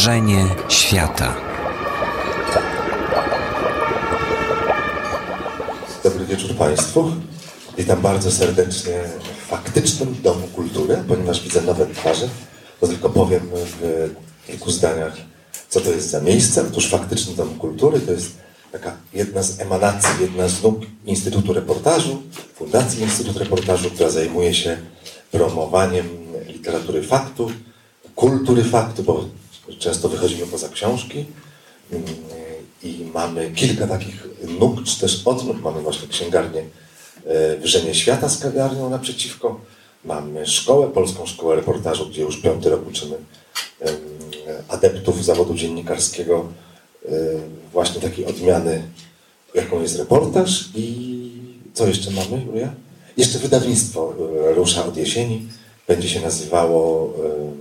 Wrzenie świata. Dobry wieczór Państwu. Witam bardzo serdecznie w faktycznym Domu Kultury, ponieważ widzę nowe twarze, to tylko powiem w kilku zdaniach, co to jest za miejsce. Otóż faktyczny Dom Kultury to jest taka jedna z emanacji, jedna z nóg Instytutu Reportażu, Fundacji Instytut Reportażu, która zajmuje się promowaniem literatury faktu, kultury faktu, bo często wychodzimy poza książki i mamy kilka takich nóg, czy też odnóg. Mamy właśnie księgarnię Wrzenie Świata z kawiarnią naprzeciwko. Mamy szkołę, Polską Szkołę Reportażu, gdzie już 5. rok uczymy adeptów zawodu dziennikarskiego właśnie takiej odmiany, jaką jest reportaż. I co jeszcze mamy, Julia? Jeszcze wydawnictwo rusza od jesieni. Będzie się nazywało...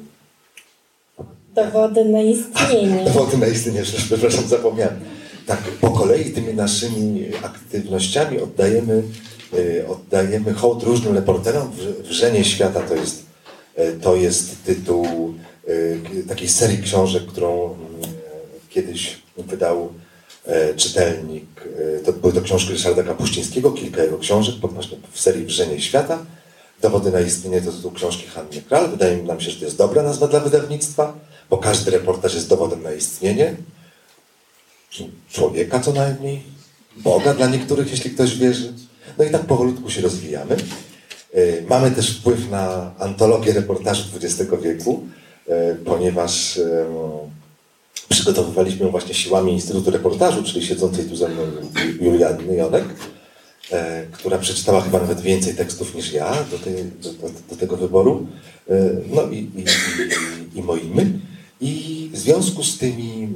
Dowody na istnienie. Dowody na istnienie, przepraszam, zapomniałem. Tak, po kolei tymi naszymi aktywnościami oddajemy hołd różnym reporterom. Wrzenie Świata to jest tytuł takiej serii książek, którą kiedyś wydał czytelnik. To były to książki Ryszarda Kapuścińskiego, kilka jego książek właśnie w serii Wrzenie Świata. Dowody na istnienie to tytuł książki Hanny Kral. Wydaje nam się, że to jest dobra nazwa dla wydawnictwa, bo każdy reportaż jest dowodem na istnienie. Człowieka co najmniej, Boga dla niektórych, jeśli ktoś wierzy. No i tak powolutku się rozwijamy. Mamy też wpływ na antologię reportażu XX wieku, ponieważ przygotowywaliśmy ją właśnie siłami Instytutu Reportażu, czyli siedzącej tu ze mną Julianny Jonek, która przeczytała chyba nawet więcej tekstów niż ja do tego wyboru, no i moimi. I w związku z tymi,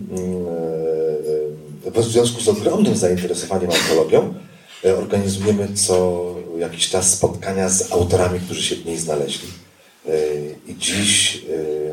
w związku z ogromnym zainteresowaniem antologią, organizujemy co jakiś czas spotkania z autorami, którzy się w niej znaleźli. I dziś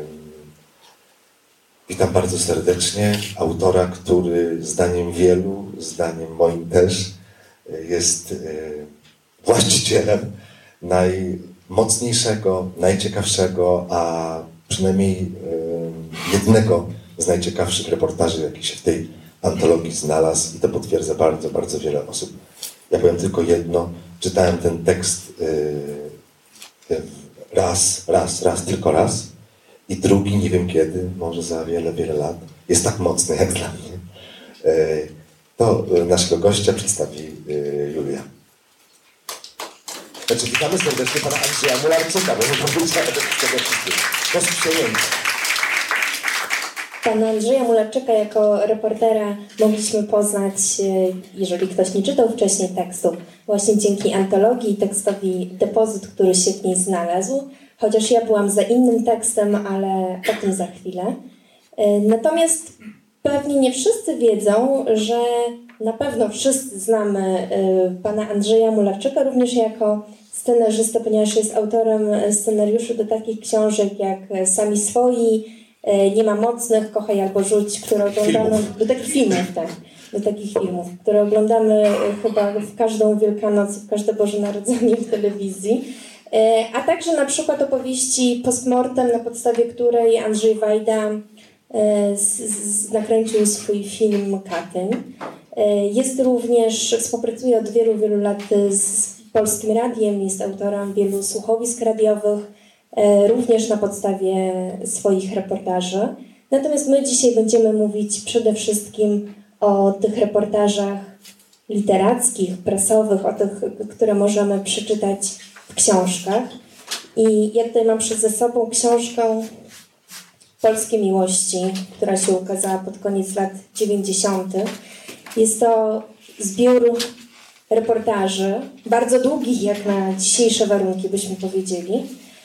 witam bardzo serdecznie autora, który zdaniem wielu, zdaniem moim też, jest właścicielem najmocniejszego, najciekawszego, a przynajmniej jednego z najciekawszych reportaży, jaki się w tej antologii znalazł, i to potwierdza bardzo, bardzo wiele osób. Ja powiem tylko jedno. Czytałem ten tekst tylko raz i drugi, nie wiem kiedy, może za wiele, wiele lat. Jest tak mocny jak dla mnie. To naszego gościa przedstawi Julia. Znaczy, witamy serdecznie pana Andrzeja Mularczyka, bo nie powiedziałem tego wszystkiego. To z przejęcia. Pana Andrzeja Mularczyka jako reportera mogliśmy poznać, jeżeli ktoś nie czytał wcześniej tekstu, właśnie dzięki antologii i tekstowi Depozyt, który się w niej znalazł. Chociaż ja byłam za innym tekstem, ale o tym za chwilę. Natomiast pewnie nie wszyscy wiedzą, że na pewno wszyscy znamy pana Andrzeja Mularczyka również jako scenarzystę, ponieważ jest autorem scenariuszy do takich książek jak Sami swoi, Nie ma mocnych, Kochaj albo rzuć, które oglądamy do takich filmów, tak, do takich filmów, które oglądamy chyba w każdą Wielkanoc, w każde Boże Narodzenie w telewizji. A także na przykład opowieści Postmortem, na podstawie której Andrzej Wajda nakręcił swój film Katyń. Jest również, współpracuje od wielu, wielu lat z Polskim Radiem, jest autorem wielu słuchowisk radiowych, również na podstawie swoich reportaży. Natomiast my dzisiaj będziemy mówić przede wszystkim o tych reportażach literackich, prasowych, o tych, które możemy przeczytać w książkach. I ja tutaj mam ze sobą książkę Polskie Miłości, która się ukazała pod koniec lat 90. Jest to zbiór reportaży, bardzo długich jak na dzisiejsze warunki, byśmy powiedzieli.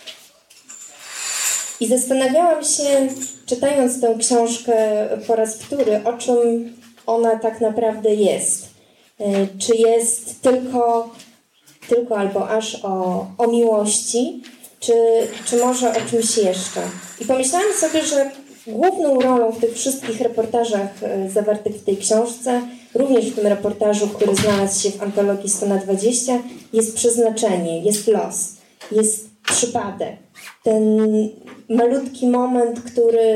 I zastanawiałam się, czytając tę książkę po raz wtóry, o czym ona tak naprawdę jest. Czy jest tylko albo aż o miłości, czy może o czymś jeszcze. I pomyślałam sobie, że główną rolą w tych wszystkich reportażach zawartych w tej książce, również w tym reportażu, który znalazł się w antologii 100 na 20, jest przeznaczenie, jest los, jest przypadek. Ten malutki moment, który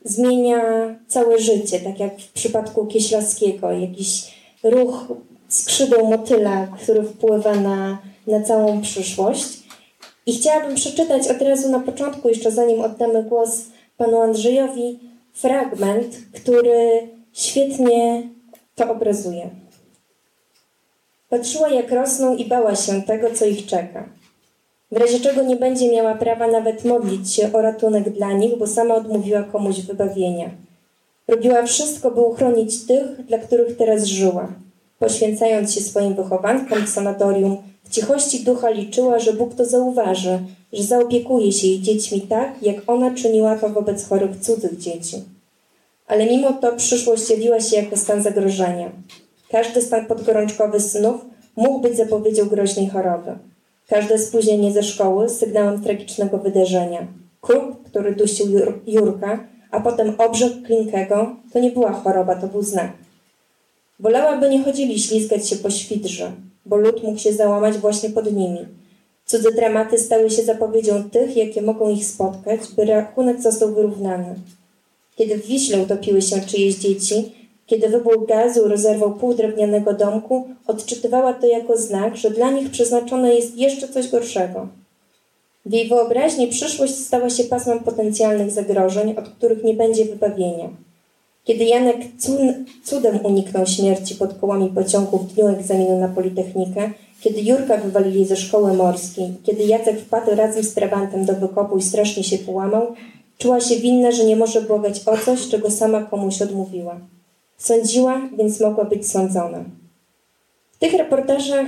zmienia całe życie, tak jak w przypadku Kieślowskiego, jakiś ruch skrzydeł motyla, który wpływa na całą przyszłość. I chciałabym przeczytać od razu na początku, jeszcze zanim oddamy głos panu Andrzejowi, fragment, który świetnie to obrazuje. Patrzyła, jak rosną i bała się tego, co ich czeka. W razie czego nie będzie miała prawa nawet modlić się o ratunek dla nich, bo sama odmówiła komuś wybawienia. Robiła wszystko, by uchronić tych, dla których teraz żyła. Poświęcając się swoim wychowankom w sanatorium, w cichości ducha liczyła, że Bóg to zauważy, że zaopiekuje się jej dziećmi tak, jak ona czyniła to wobec chorych cudzych dzieci. Ale mimo to przyszłość jawiła się jako stan zagrożenia. Każdy stan podgorączkowy synów mógł być zapowiedzią groźnej choroby. Każde spóźnienie ze szkoły sygnałem tragicznego wydarzenia. Kruk, który dusił Jurka, a potem obrzeg Klinkego, to nie była choroba, to był znak. Wolała, nie chodzili ślizgać się po świdrze, bo lód mógł się załamać właśnie pod nimi. Cudze dramaty stały się zapowiedzią tych, jakie mogą ich spotkać, by rachunek został wyrównany. Kiedy w Wiśle utopiły się czyjeś dzieci, kiedy wybuch gazu rozerwał pół drewnianego domku, odczytywała to jako znak, że dla nich przeznaczone jest jeszcze coś gorszego. W jej wyobraźni przyszłość stała się pasmem potencjalnych zagrożeń, od których nie będzie wybawienia. Kiedy Janek cudem uniknął śmierci pod kołami pociągu w dniu egzaminu na Politechnikę, kiedy Jurka wywalili ze szkoły morskiej, kiedy Jacek wpadł razem z trabantem do wykopu i strasznie się połamał, czuła się winna, że nie może błagać o coś, czego sama komuś odmówiła. Sądziła, więc mogła być sądzona. W tych reportażach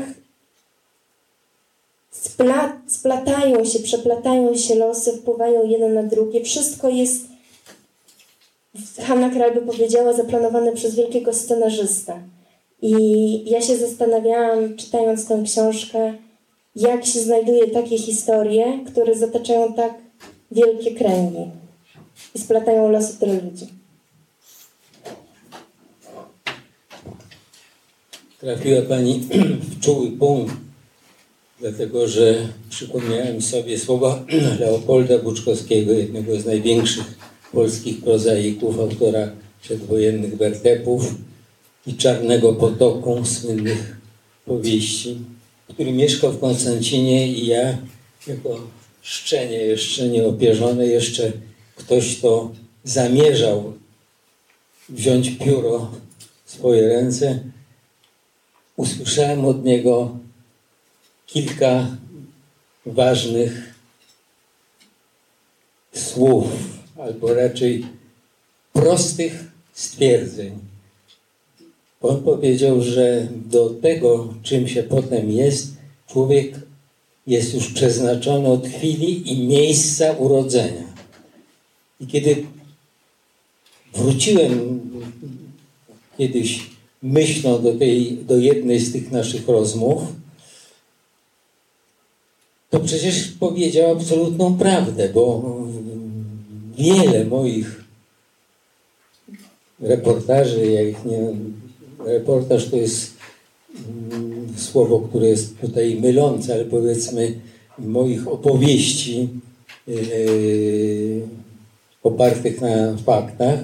przeplatają się losy, wpływają jedno na drugie. Wszystko jest, Hanna Kral by powiedziała, zaplanowane przez wielkiego scenarzystę. I ja się zastanawiałam, czytając tę książkę, jak się znajduje takie historie, które zataczają tak wielkie kręgi i splatają losy tylu ludzi. Trafiła Pani w czuły punkt, dlatego że przypomniałem sobie słowa Leopolda Buczkowskiego, jednego z największych polskich prozaików, autora przedwojennych wertepów i Czarnego Potoku, słynnych powieści, który mieszkał w Konstancinie i ja jako szczenie jeszcze nieopierzone, jeszcze ktoś, kto zamierzał wziąć pióro w swoje ręce, usłyszałem od niego kilka ważnych słów, albo raczej prostych stwierdzeń. On powiedział, że do tego, czym się potem jest, człowiek jest już przeznaczony od chwili i miejsca urodzenia. I kiedy wróciłem kiedyś myślą do jednej z tych naszych rozmów, to przecież powiedział absolutną prawdę, bo wiele moich reportaży, reportaż to jest słowo, które jest tutaj mylące, ale powiedzmy moich opowieści opartych na faktach,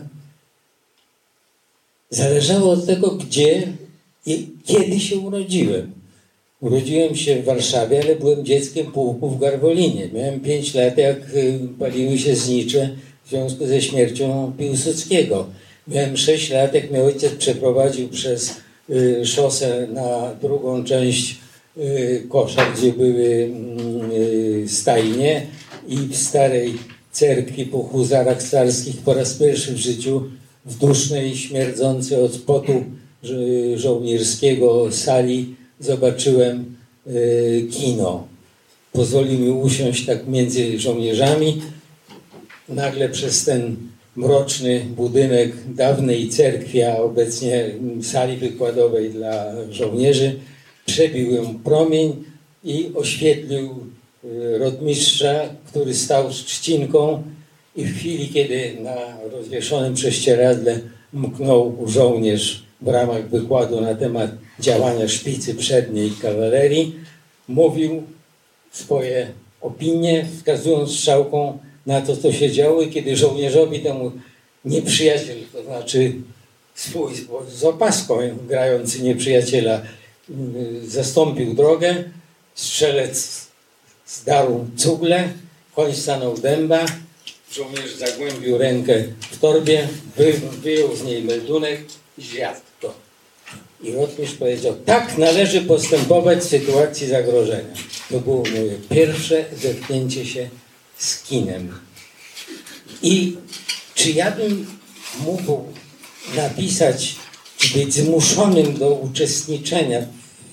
zależało od tego, gdzie i kiedy się urodziłem. Urodziłem się w Warszawie, ale byłem dzieckiem pułku w Garwolinie. Miałem 5 lat, jak paliły się znicze w związku ze śmiercią Piłsudskiego. Miałem 6 lat, jak mnie ojciec przeprowadził przez szosę na drugą część Kosza, gdzie były stajnie, i w starej cerkwi po huzarach carskich po raz pierwszy w życiu w dusznej, śmierdzącej od potu żołnierskiego sali zobaczyłem kino. Pozwolił mi usiąść tak między żołnierzami. Nagle przez ten mroczny budynek dawnej cerkwi, a obecnie sali wykładowej dla żołnierzy, przebił ją promień i oświetlił rotmistrza, który stał z trzcinką, i w chwili, kiedy na rozwieszonym prześcieradle mknął żołnierz w ramach wykładu na temat działania szpicy przedniej kawalerii, mówił swoje opinie, wskazując strzałką na to, co się działo, i kiedy żołnierzowi temu nieprzyjaciel, to znaczy swój z opaską grający nieprzyjaciela, zastąpił drogę, strzelec zdarł cugle, koń stanął dęba, żołnierz zagłębił rękę w torbie, wyjął z niej meldunek i zjadł to. I rotmistrz powiedział, tak należy postępować w sytuacji zagrożenia. To było moje pierwsze zetknięcie się z kinem. I czy ja bym mógł napisać, czy być zmuszonym do uczestniczenia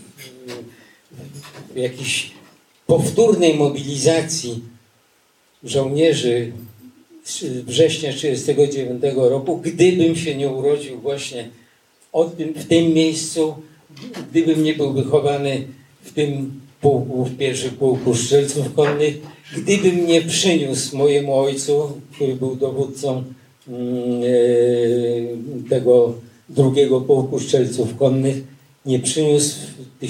w jakiejś powtórnej mobilizacji żołnierzy z września 1939 roku, gdybym się nie urodził właśnie w tym miejscu, gdybym nie był wychowany w tym pułku, w pierwszym pułku strzelców konnych, gdybym nie przyniósł mojemu ojcu, który był dowódcą tego drugiego pułku strzelców konnych, nie przyniósł w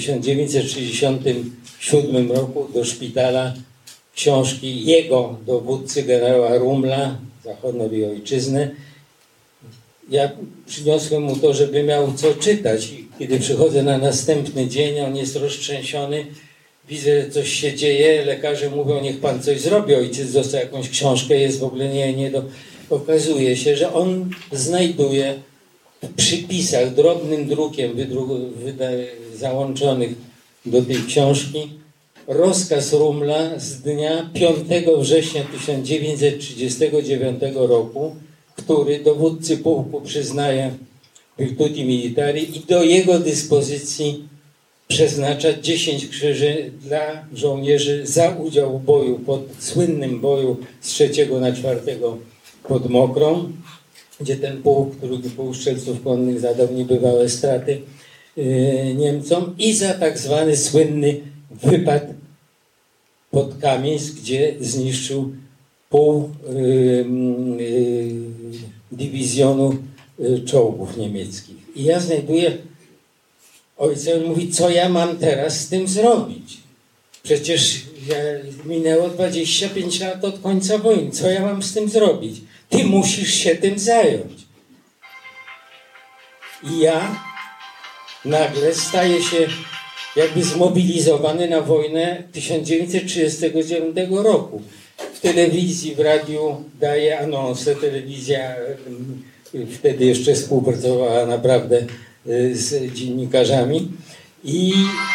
1967 roku do szpitala książki jego dowódcy, generała Rumla, Zachodniej Ojczyzny. Ja przyniosłem mu to, żeby miał co czytać. I kiedy przychodzę na następny dzień, on jest roztrzęsiony, widzę, że coś się dzieje, lekarze mówią, niech pan coś zrobi, ojciec dostał jakąś książkę, jest w ogóle okazuje się, że on znajduje w przypisach drobnym drukiem załączonych do tej książki rozkaz Rumla z dnia 5 września 1939 roku, który dowódcy pułku przyznaje virtuti militari i do jego dyspozycji przeznacza 10 krzyży dla żołnierzy za udział w boju, słynnym boju z 3 na 4 pod Mokrą, gdzie ten pułk, drugi pułk strzelców konnych zadał niebywałe straty Niemcom, i za tak zwany słynny wypad pod Kamieńsk, gdzie zniszczył pół dywizjonu czołgów niemieckich. I ja znajduję ojca, on mówi, co ja mam teraz z tym zrobić? Przecież minęło 25 lat od końca wojny. Co ja mam z tym zrobić? Ty musisz się tym zająć. I ja nagle staję się jakby zmobilizowany na wojnę 1939 roku. W telewizji, w radiu daje anonsę. Telewizja wtedy jeszcze współpracowała naprawdę z dziennikarzami i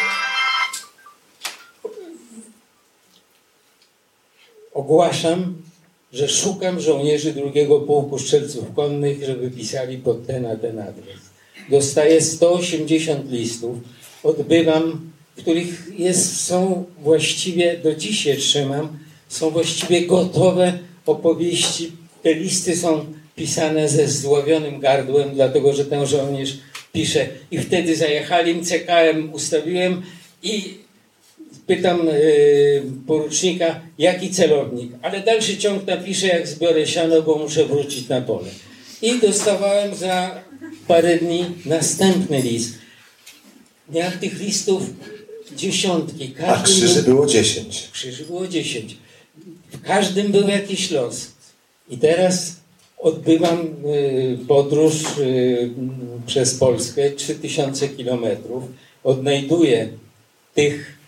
ogłaszam, że szukam żołnierzy drugiego pułku strzelców konnych, żeby pisali pod ten a ten adres. Dostaję 180 listów, odbywam, w których są właściwie, do dziś je trzymam, są właściwie gotowe opowieści. Te listy są pisane ze zdławionym gardłem, dlatego że ten żołnierz pisze. I wtedy zajechali, CKM ustawiłem i pytam porucznika, jaki celownik. Ale dalszy ciąg napiszę, jak zbiorę siano, bo muszę wrócić na pole. I dostawałem za parę dni następny list. Miałem tych listów dziesiątki. A krzyży było 10. Krzyży było 10. W każdym był jakiś los. I teraz odbywam podróż przez Polskę, 3000 kilometrów. Odnajduję tych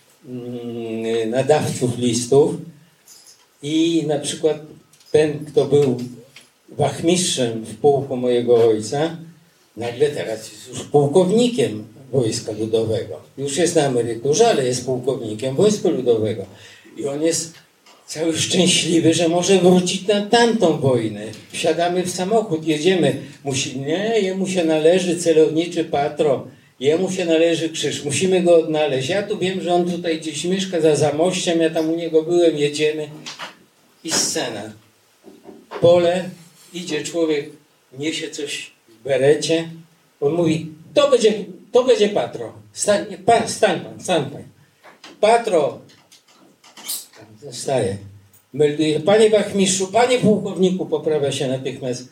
nadawców listów i na przykład ten, kto był wachmistrzem w pułku mojego ojca, nagle teraz jest już pułkownikiem Wojska Ludowego. Już jest na emeryturze, ale jest pułkownikiem Wojska Ludowego. I on jest cały szczęśliwy, że może wrócić na tamtą wojnę. Wsiadamy w samochód, jedziemy. Jemu się należy celowniczy patro, jemu się należy krzyż, musimy go odnaleźć. Ja tu wiem, że on tutaj gdzieś mieszka za Zamościem, ja tam u niego byłem, jedziemy. I scena. Pole, idzie człowiek, niesie coś w berecie. On mówi, to będzie patro. Stań pan. Patro. Zostaje. Melduje, panie wachmistrzu, panie pułkowniku, poprawia się natychmiast.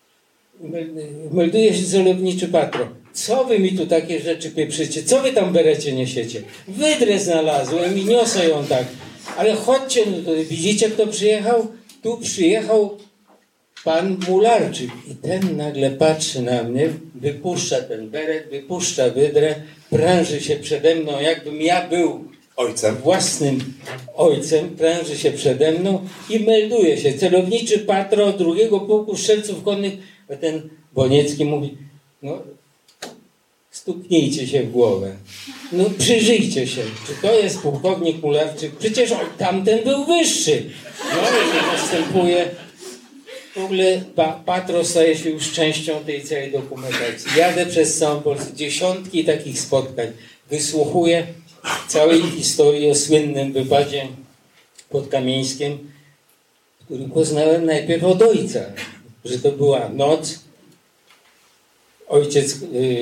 Melduje się celowniczy patro. Co wy mi tu takie rzeczy pieprzycie? Co wy tam w berecie niesiecie? Wydrę znalazłem i niosę ją tak. Ale chodźcie, no to widzicie, kto przyjechał? Tu przyjechał pan Mularczyk. I ten nagle patrzy na mnie, wypuszcza ten beret, wypuszcza wydrę, pręży się przede mną, jakbym ja był Ojcem. własnym ojcem, pręży się przede mną i melduje się. Celowniczy patron 2. Pułku Strzelców Konnych. A ten Boniecki mówi, no stuknijcie się w głowę. No przyjrzyjcie się, czy to jest pułkownik Mularczyk? Przecież tamten był wyższy. No i następuje. W ogóle patron staje się już częścią tej całej dokumentacji. Jadę przez całą Polskę, dziesiątki takich spotkań. Wysłuchuję całej historii o słynnym wypadzie pod Kamieńskiem, który poznałem najpierw od ojca, że to była noc. Ojciec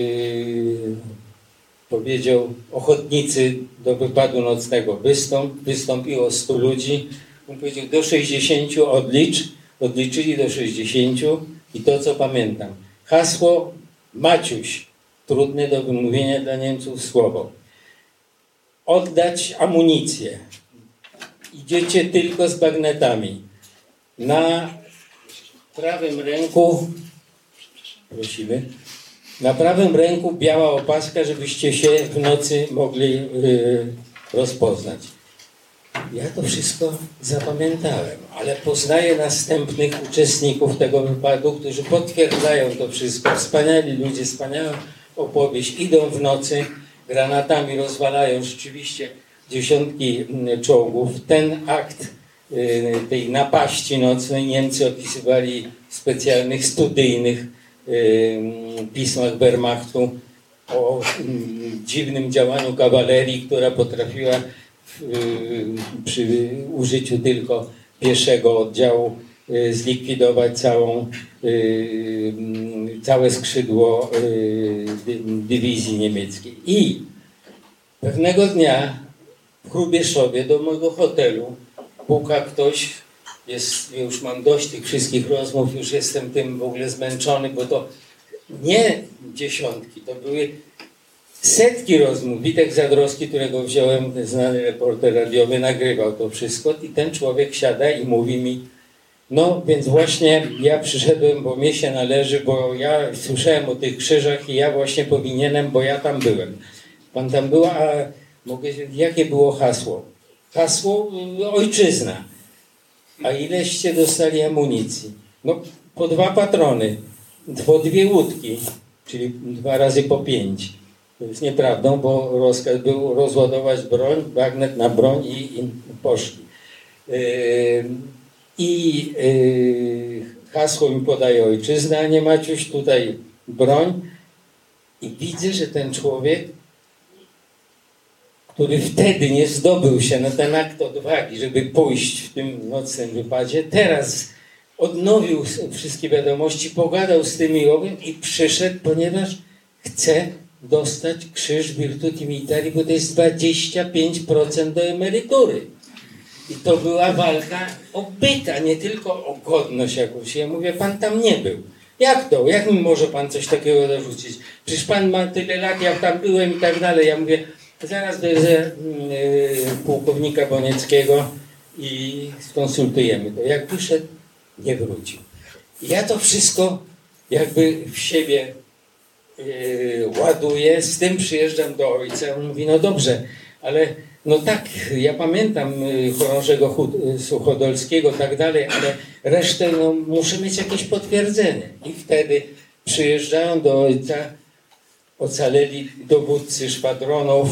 powiedział, ochotnicy do wypadu nocnego wystąpiło 100 ludzi. On powiedział, do 60 odlicz. Odliczyli do 60 i to, co pamiętam. Hasło Maciuś, trudne do wymówienia dla Niemców słowo. Oddać amunicję. Idziecie tylko z bagnetami. Na prawym ręku, prosimy, na prawym ręku biała opaska, żebyście się w nocy mogli rozpoznać. Ja to wszystko zapamiętałem, ale poznaję następnych uczestników tego wypadu, którzy potwierdzają to wszystko. Wspaniali ludzie, wspaniała opowieść. Idą w nocy, granatami rozwalają rzeczywiście dziesiątki czołgów. Ten akt tej napaści nocnej Niemcy opisywali w specjalnych, studyjnych pismach Wehrmachtu o dziwnym działaniu kawalerii, która potrafiła przy użyciu tylko pieszego oddziału zlikwidować całe skrzydło dywizji niemieckiej. I pewnego dnia w Hrubieszowie do mojego hotelu puka ktoś, już mam dość tych wszystkich rozmów, już jestem tym w ogóle zmęczony, bo to nie dziesiątki, to były setki rozmów. Witek Zadrowski, którego wziąłem, ten znany reporter radiowy, nagrywał to wszystko i ten człowiek siada i mówi mi, no więc właśnie ja przyszedłem, bo mnie się należy, bo ja słyszałem o tych krzyżach i ja właśnie powinienem, bo ja tam byłem. Pan tam był, a jakie było hasło? Hasło ojczyzna. A ileście dostali amunicji? No po 2 patrony, po 2 łódki, czyli 2 razy po 5. To jest nieprawdą, bo rozkaz był rozładować broń, bagnet na broń i poszli. Hasło mi podaje ojczyzna, a nie Maciuś, tutaj broń. I widzę, że ten człowiek, który wtedy nie zdobył się na ten akt odwagi, żeby pójść w tym nocnym wypadzie, teraz odnowił wszystkie wiadomości, pogadał z tymi i przyszedł, ponieważ chce dostać krzyż Virtuti Militari, bo to jest 25% do emerytury. I to była walka o byt, a nie tylko o godność jakąś. Ja mówię, pan tam nie był. Jak to? Jak mi może pan coś takiego dorzucić? Przecież pan ma tyle lat, ja tam byłem i tak dalej. Ja mówię, zaraz bierze pułkownika Bonieckiego i skonsultujemy to. Jak wyszedł, nie wrócił. I ja to wszystko jakby w siebie ładuję, z tym przyjeżdżam do ojca. On mówi, no dobrze, ale no tak, ja pamiętam chorążego Suchodolskiego, tak dalej, ale resztę no, muszę mieć jakieś potwierdzenie. I wtedy przyjeżdżają do ojca ocaleli dowódcy szwadronów,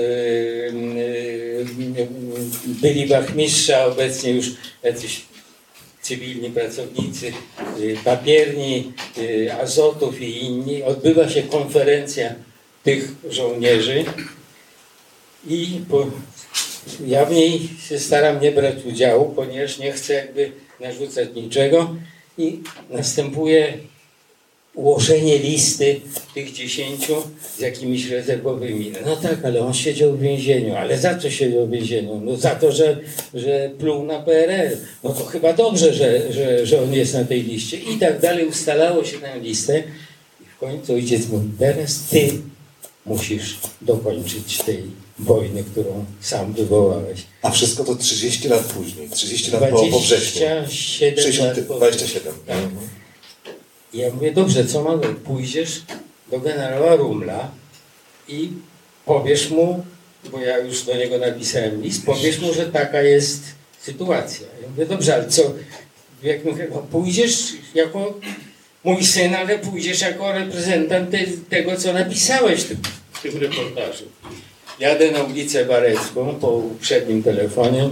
byli wachmistrza, obecnie już jacyś cywilni pracownicy, papierni, Azotów i inni. Odbywa się konferencja tych żołnierzy i ja w niej się staram nie brać udziału, ponieważ nie chcę jakby narzucać niczego i następuje ułożenie listy tych 10 z jakimiś rezerwowymi. No tak, ale on siedział w więzieniu. Ale za co siedział w więzieniu? No za to, że pluł na PRL. No to chyba dobrze, że on jest na tej liście. I tak dalej ustalało się tę listę. I w końcu ojciec mówi, teraz ty musisz dokończyć tej wojny, którą sam wywołałeś. A wszystko to 30 lat później, 30 lat po wrześniu. 27. Tak. I ja mówię, dobrze, co mamy? Pójdziesz do generała Rumla i powiesz mu, bo ja już do niego napisałem list, powiesz mu, że taka jest sytuacja. Ja mówię, dobrze, ale co? Jak mówię, no pójdziesz jako mój syn, ale pójdziesz jako reprezentant tego, co napisałeś w tym reportażu. Jadę na ulicę Warecką po uprzednim telefonie.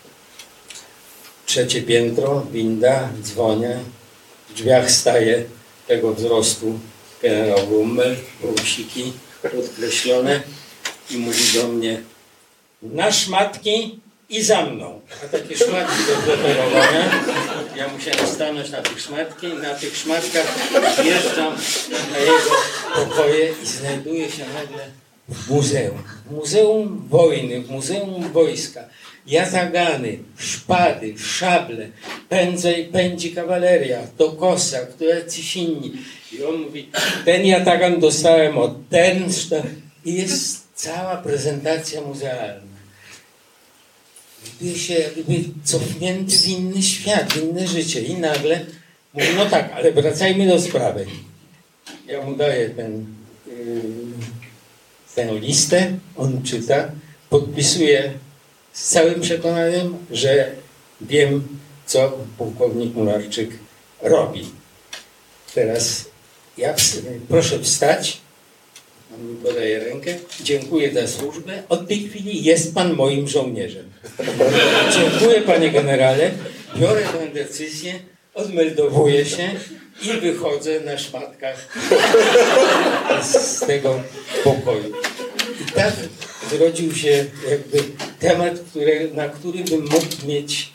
3. piętro, winda, dzwonię. W drzwiach staje tego wzrostu generał Rummel, wąsiki podkreślone i mówi do mnie: na szmatki i za mną. A takie szmatki do preferowania. Ja musiałem stanąć na tych szmatki i na tych szmatkach wjeżdżam na jego pokoje i znajduję się nagle w muzeum. W Muzeum Wojny, w Muzeum Wojska. Jatagany, szpady, szable, pędzi kawaleria, do kosa, któraś inni. I on mówi, ten jatagan dostałem od ten, i jest cała prezentacja muzealna. Czuję się jakby cofnięty w inny świat, w inne życie. I nagle mówi, no tak, ale wracajmy do sprawy. Ja mu daję tę listę, on czyta, podpisuje z całym przekonaniem, że wiem, co pułkownik Mularczyk robi. Teraz proszę wstać, on mi podaje rękę, dziękuję za służbę, od tej chwili jest pan moim żołnierzem. Dziękuję, panie generale, biorę tę decyzję, odmeldowuję się i wychodzę na szmatkach z tego pokoju. I tak zrodził się jakby temat, na który bym mógł mieć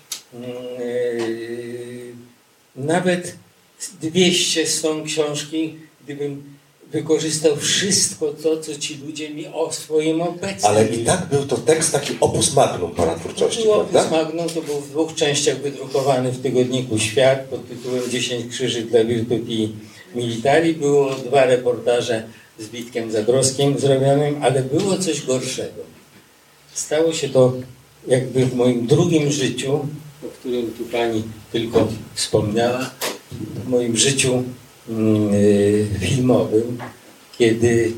nawet 200 stron książki, gdybym wykorzystał wszystko to, co ci ludzie mi o swoim obecnym. Ale i tak był to tekst taki opus magnum pana twórczości, to prawda? Opus magnum to był w 2 częściach wydrukowany w tygodniku Świat pod tytułem 10 krzyży dla Virtuti Militari. Było 2 reportaże z Witkiem Zadrowskim zrobionym, ale było coś gorszego. Stało się to jakby w moim drugim życiu, o którym tu pani tylko wspomniała, w moim życiu filmowym, kiedy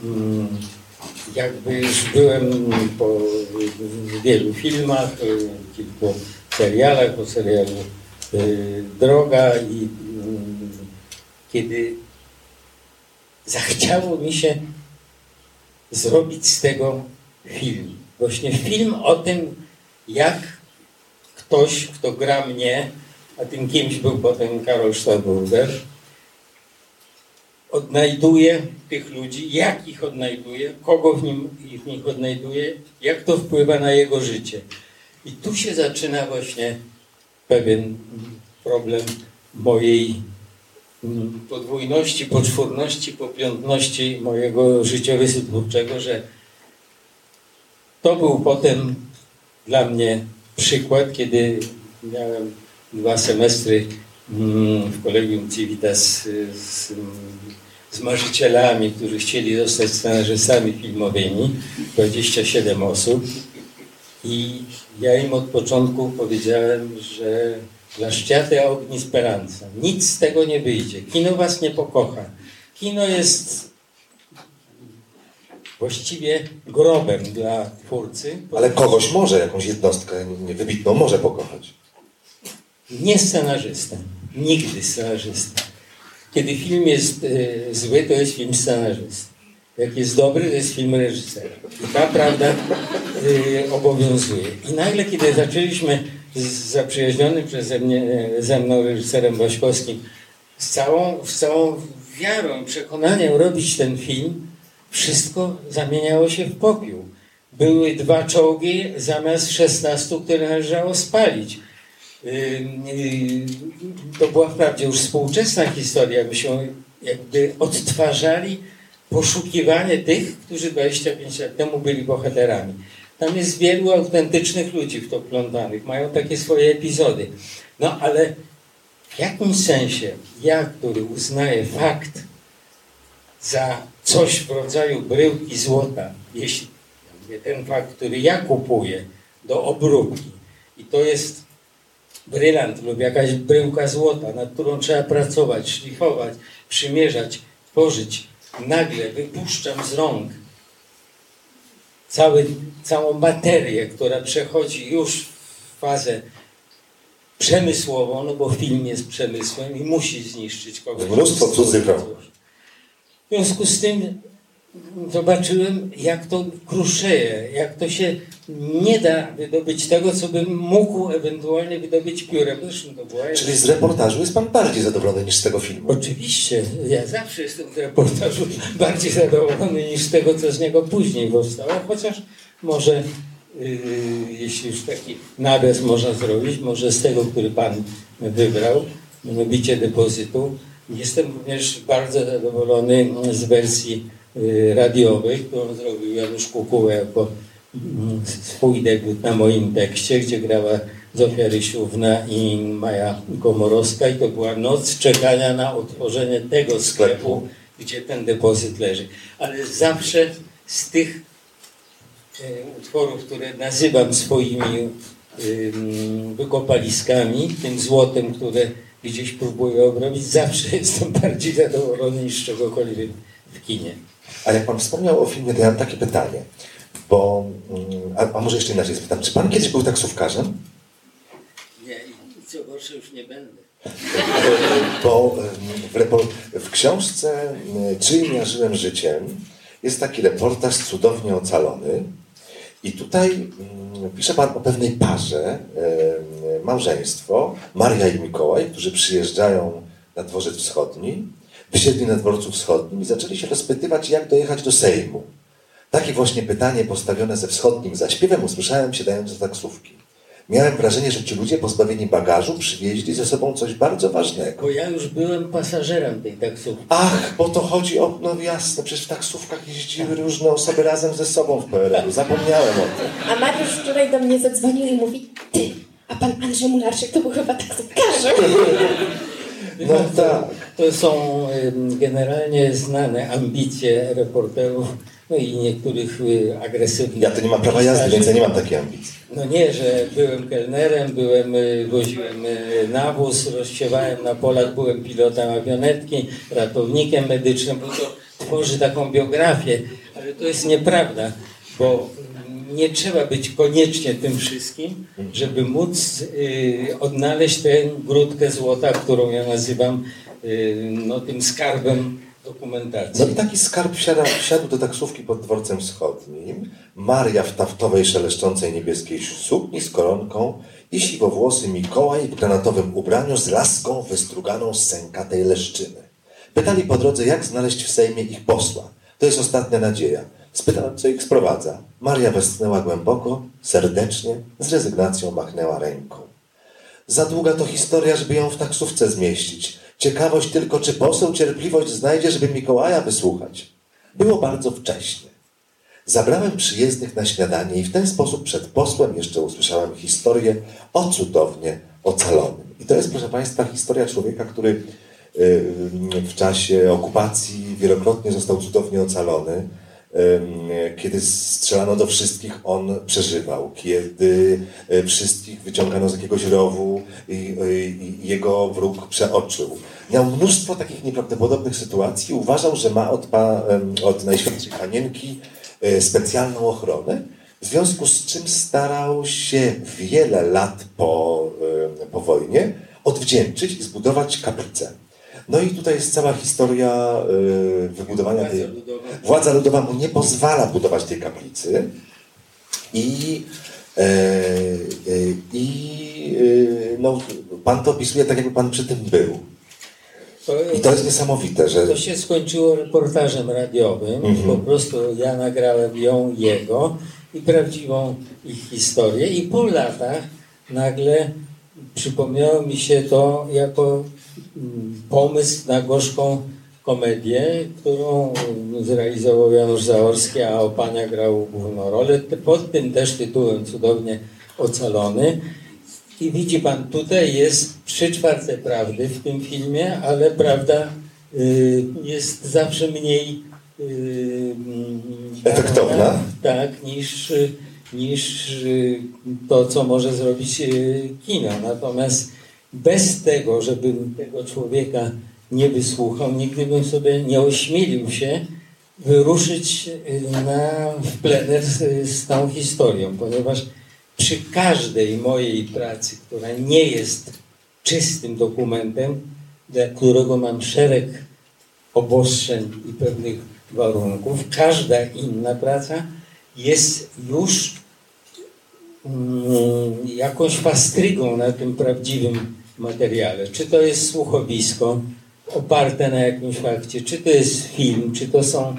jakby już byłem po wielu filmach, kilku serialach, po serialu Droga i kiedy zachciało mi się zrobić z tego film. Właśnie film o tym, jak ktoś, kto gra mnie, a tym kimś był potem Karol Stauburger, odnajduje tych ludzi, jak ich odnajduje, kogo w nich odnajduje, jak to wpływa na jego życie. I tu się zaczyna właśnie pewien problem mojej podwójności, poczwórności, popiątności mojego życiorysu twórczego, że to był potem dla mnie przykład, kiedy miałem 2 semestry w Collegium Civitas z marzycielami, którzy chcieli zostać scenarzystami filmowymi, 27 osób. I ja im od początku powiedziałem, że Lasciate ogni speranza. Nic z tego nie wyjdzie. Kino was nie pokocha. Kino jest właściwie grobem dla twórcy. Ale kogoś może, jakąś jednostkę niewybitną może pokochać. Nie scenarzystę. Nigdy scenarzystę. Kiedy film jest zły, to jest film scenarzysty. Jak jest dobry, to jest film reżysera. I ta prawda obowiązuje. I nagle, kiedy zaczęliśmy z zaprzyjaźnionym ze mną reżyserem Waśkowskim z całą wiarą i przekonaniem robić ten film, wszystko zamieniało się w popiół. Były 2 czołgi zamiast 16, które należało spalić. To była wprawdzie już współczesna historia, byśmy jakby odtwarzali poszukiwanie tych, którzy 25 lat temu byli bohaterami. Tam jest wielu autentycznych ludzi w to wplątanych, mają takie swoje epizody. No ale w jakimś sensie ja, który uznaję fakt za coś w rodzaju bryłki złota, jeśli ten fakt, który ja kupuję do obróbki i to jest brylant lub jakaś bryłka złota, nad którą trzeba pracować, szlifować, przymierzać, tworzyć, nagle wypuszczam z rąk całą materię, która przechodzi już w fazę przemysłową, no bo film jest przemysłem i musi zniszczyć kogoś. Mnóstwo cudzych rąk. W związku z tym zobaczyłem, jak to kruszeje, jak to się nie da wydobyć tego, co bym mógł ewentualnie wydobyć piórem. Zresztą to była... Czyli z reportażu jest pan bardziej zadowolony niż z tego filmu? Oczywiście. Ja zawsze jestem z reportażu bardziej zadowolony niż z tego, co z niego później powstało. Chociaż może, jeśli już taki nawias można zrobić, może z tego, który pan wybrał, mianowicie Depozytu. Jestem również bardzo zadowolony z wersji radiowej, którą zrobił Janusz Kukuła jako swój debiut na moim tekście, gdzie grała Zofia Rysiówna i Maja Komorowska i to była noc czekania na otworzenie tego sklepu, gdzie ten depozyt leży. Ale zawsze z tych utworów, które nazywam swoimi wykopaliskami, tym złotem, które gdzieś próbuję obrobić, zawsze jestem bardziej zadowolony niż z czegokolwiek w kinie. A jak pan wspomniał o filmie, to ja mam takie pytanie, bo, a może jeszcze inaczej spytam, czy pan kiedyś był taksówkarzem? Nie, i co gorsze już nie będę. Bo w książce Czyim ja żyłem życiem jest taki reportaż cudownie ocalony i tutaj pisze pan o pewnej parze, małżeństwo, Maria i Mikołaj, którzy przyjeżdżają na Dworzec Wschodni, wysiedli na Dworcu Wschodnim i zaczęli się rozpytywać, jak dojechać do Sejmu. Takie właśnie pytanie postawione ze wschodnim zaśpiewem usłyszałem, siadając do taksówki. Miałem wrażenie, że ci ludzie pozbawieni bagażu przywieźli ze sobą coś bardzo ważnego. Bo ja już byłem pasażerem tej taksówki. Ach, bo to chodzi o, no jasne, przecież w taksówkach jeździły różne osoby razem ze sobą w PRL-u. Zapomniałem o tym. A Mariusz wczoraj do mnie zadzwonił i mówi: ty, a pan Andrzej Mularczyk to był chyba taksówkarzem. No tak. To są generalnie znane ambicje reporterów, no i niektórych agresywnych. Ja to nie mam prawa jazdy, więc ja nie mam takiej ambicji. No nie, że byłem kelnerem, woziłem nawóz, rozsiewałem na polach, byłem pilotem awionetki, ratownikiem medycznym, bo to tworzy taką biografię, ale to jest nieprawda, bo nie trzeba być koniecznie tym wszystkim, żeby móc odnaleźć tę grudkę złota, którą ja nazywam tym skarbem dokumentacji. No i taki skarb wsiadł do taksówki pod Dworcem Wschodnim. Maria w taftowej, szeleszczącej niebieskiej sukni z koronką i siwowłosy Mikołaj w granatowym ubraniu z laską wystruganą z sękatej leszczyny. Pytali po drodze, jak znaleźć w Sejmie ich posła. To jest ostatnia nadzieja. Spytałem, co ich sprowadza. Maria westchnęła głęboko, serdecznie, z rezygnacją machnęła ręką. Za długa to historia, żeby ją w taksówce zmieścić. Ciekawość tylko, czy poseł cierpliwość znajdzie, żeby Mikołaja wysłuchać. Było bardzo wcześnie. Zabrałem przyjezdnych na śniadanie i w ten sposób przed posłem jeszcze usłyszałem historię o cudownie ocalonym. I to jest, proszę Państwa, historia człowieka, który w czasie okupacji wielokrotnie został cudownie ocalony. Kiedy strzelano do wszystkich, on przeżywał. Kiedy wszystkich wyciągano z jakiegoś rowu i jego wróg przeoczył. Miał mnóstwo takich nieprawdopodobnych sytuacji. Uważał, że ma od Najświętszej Panienki specjalną ochronę, w związku z czym starał się wiele lat po wojnie odwdzięczyć i zbudować kaplicę. No i tutaj jest cała historia wybudowania tej... Władza ludowa mu nie pozwala budować tej kaplicy no, pan to opisuje tak, jakby pan przy tym był. I to jest niesamowite, że... To się skończyło reportażem radiowym. Po prostu ja nagrałem ją, jego i prawdziwą ich historię. I po latach nagle przypomniało mi się to jako pomysł na gorzką komedię, którą zrealizował Janusz Zaorski, a Opania grał główną rolę. Pod tym też tytułem cudownie ocalony. I widzi pan, tutaj jest 3/4 prawdy w tym filmie, ale prawda jest zawsze mniej efektowna, tak, niż to, co może zrobić kino. Natomiast bez tego, żebym tego człowieka nie wysłuchał, nigdy bym sobie nie ośmielił się wyruszyć w plener z tą historią, ponieważ przy każdej mojej pracy, która nie jest czystym dokumentem, dla którego mam szereg obostrzeń i pewnych warunków, każda inna praca jest już jakąś fastrygą na tym prawdziwym materiale. Czy to jest słuchowisko oparte na jakimś fakcie, czy to jest film, czy to są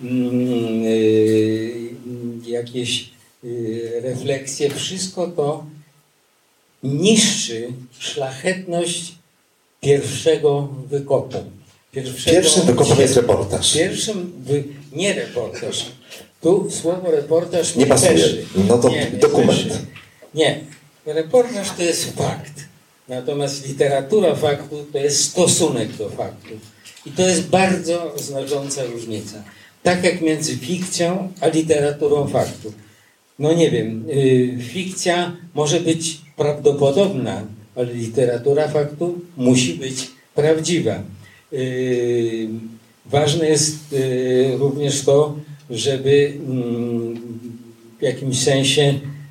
jakieś refleksje. Wszystko to niszczy szlachetność pierwszego wykopu. Pierwszym wykopem jest reportaż. Nie reportaż. Tu słowo reportaż nie pasuje. No to dokument. Nie. Reportaż to jest fakt. Natomiast literatura faktu to jest stosunek do faktu. I to jest bardzo znacząca różnica. Tak jak między fikcją a literaturą faktu. No nie wiem, fikcja może być prawdopodobna, ale literatura faktu musi być prawdziwa. Ważne jest również to, żeby w jakimś sensie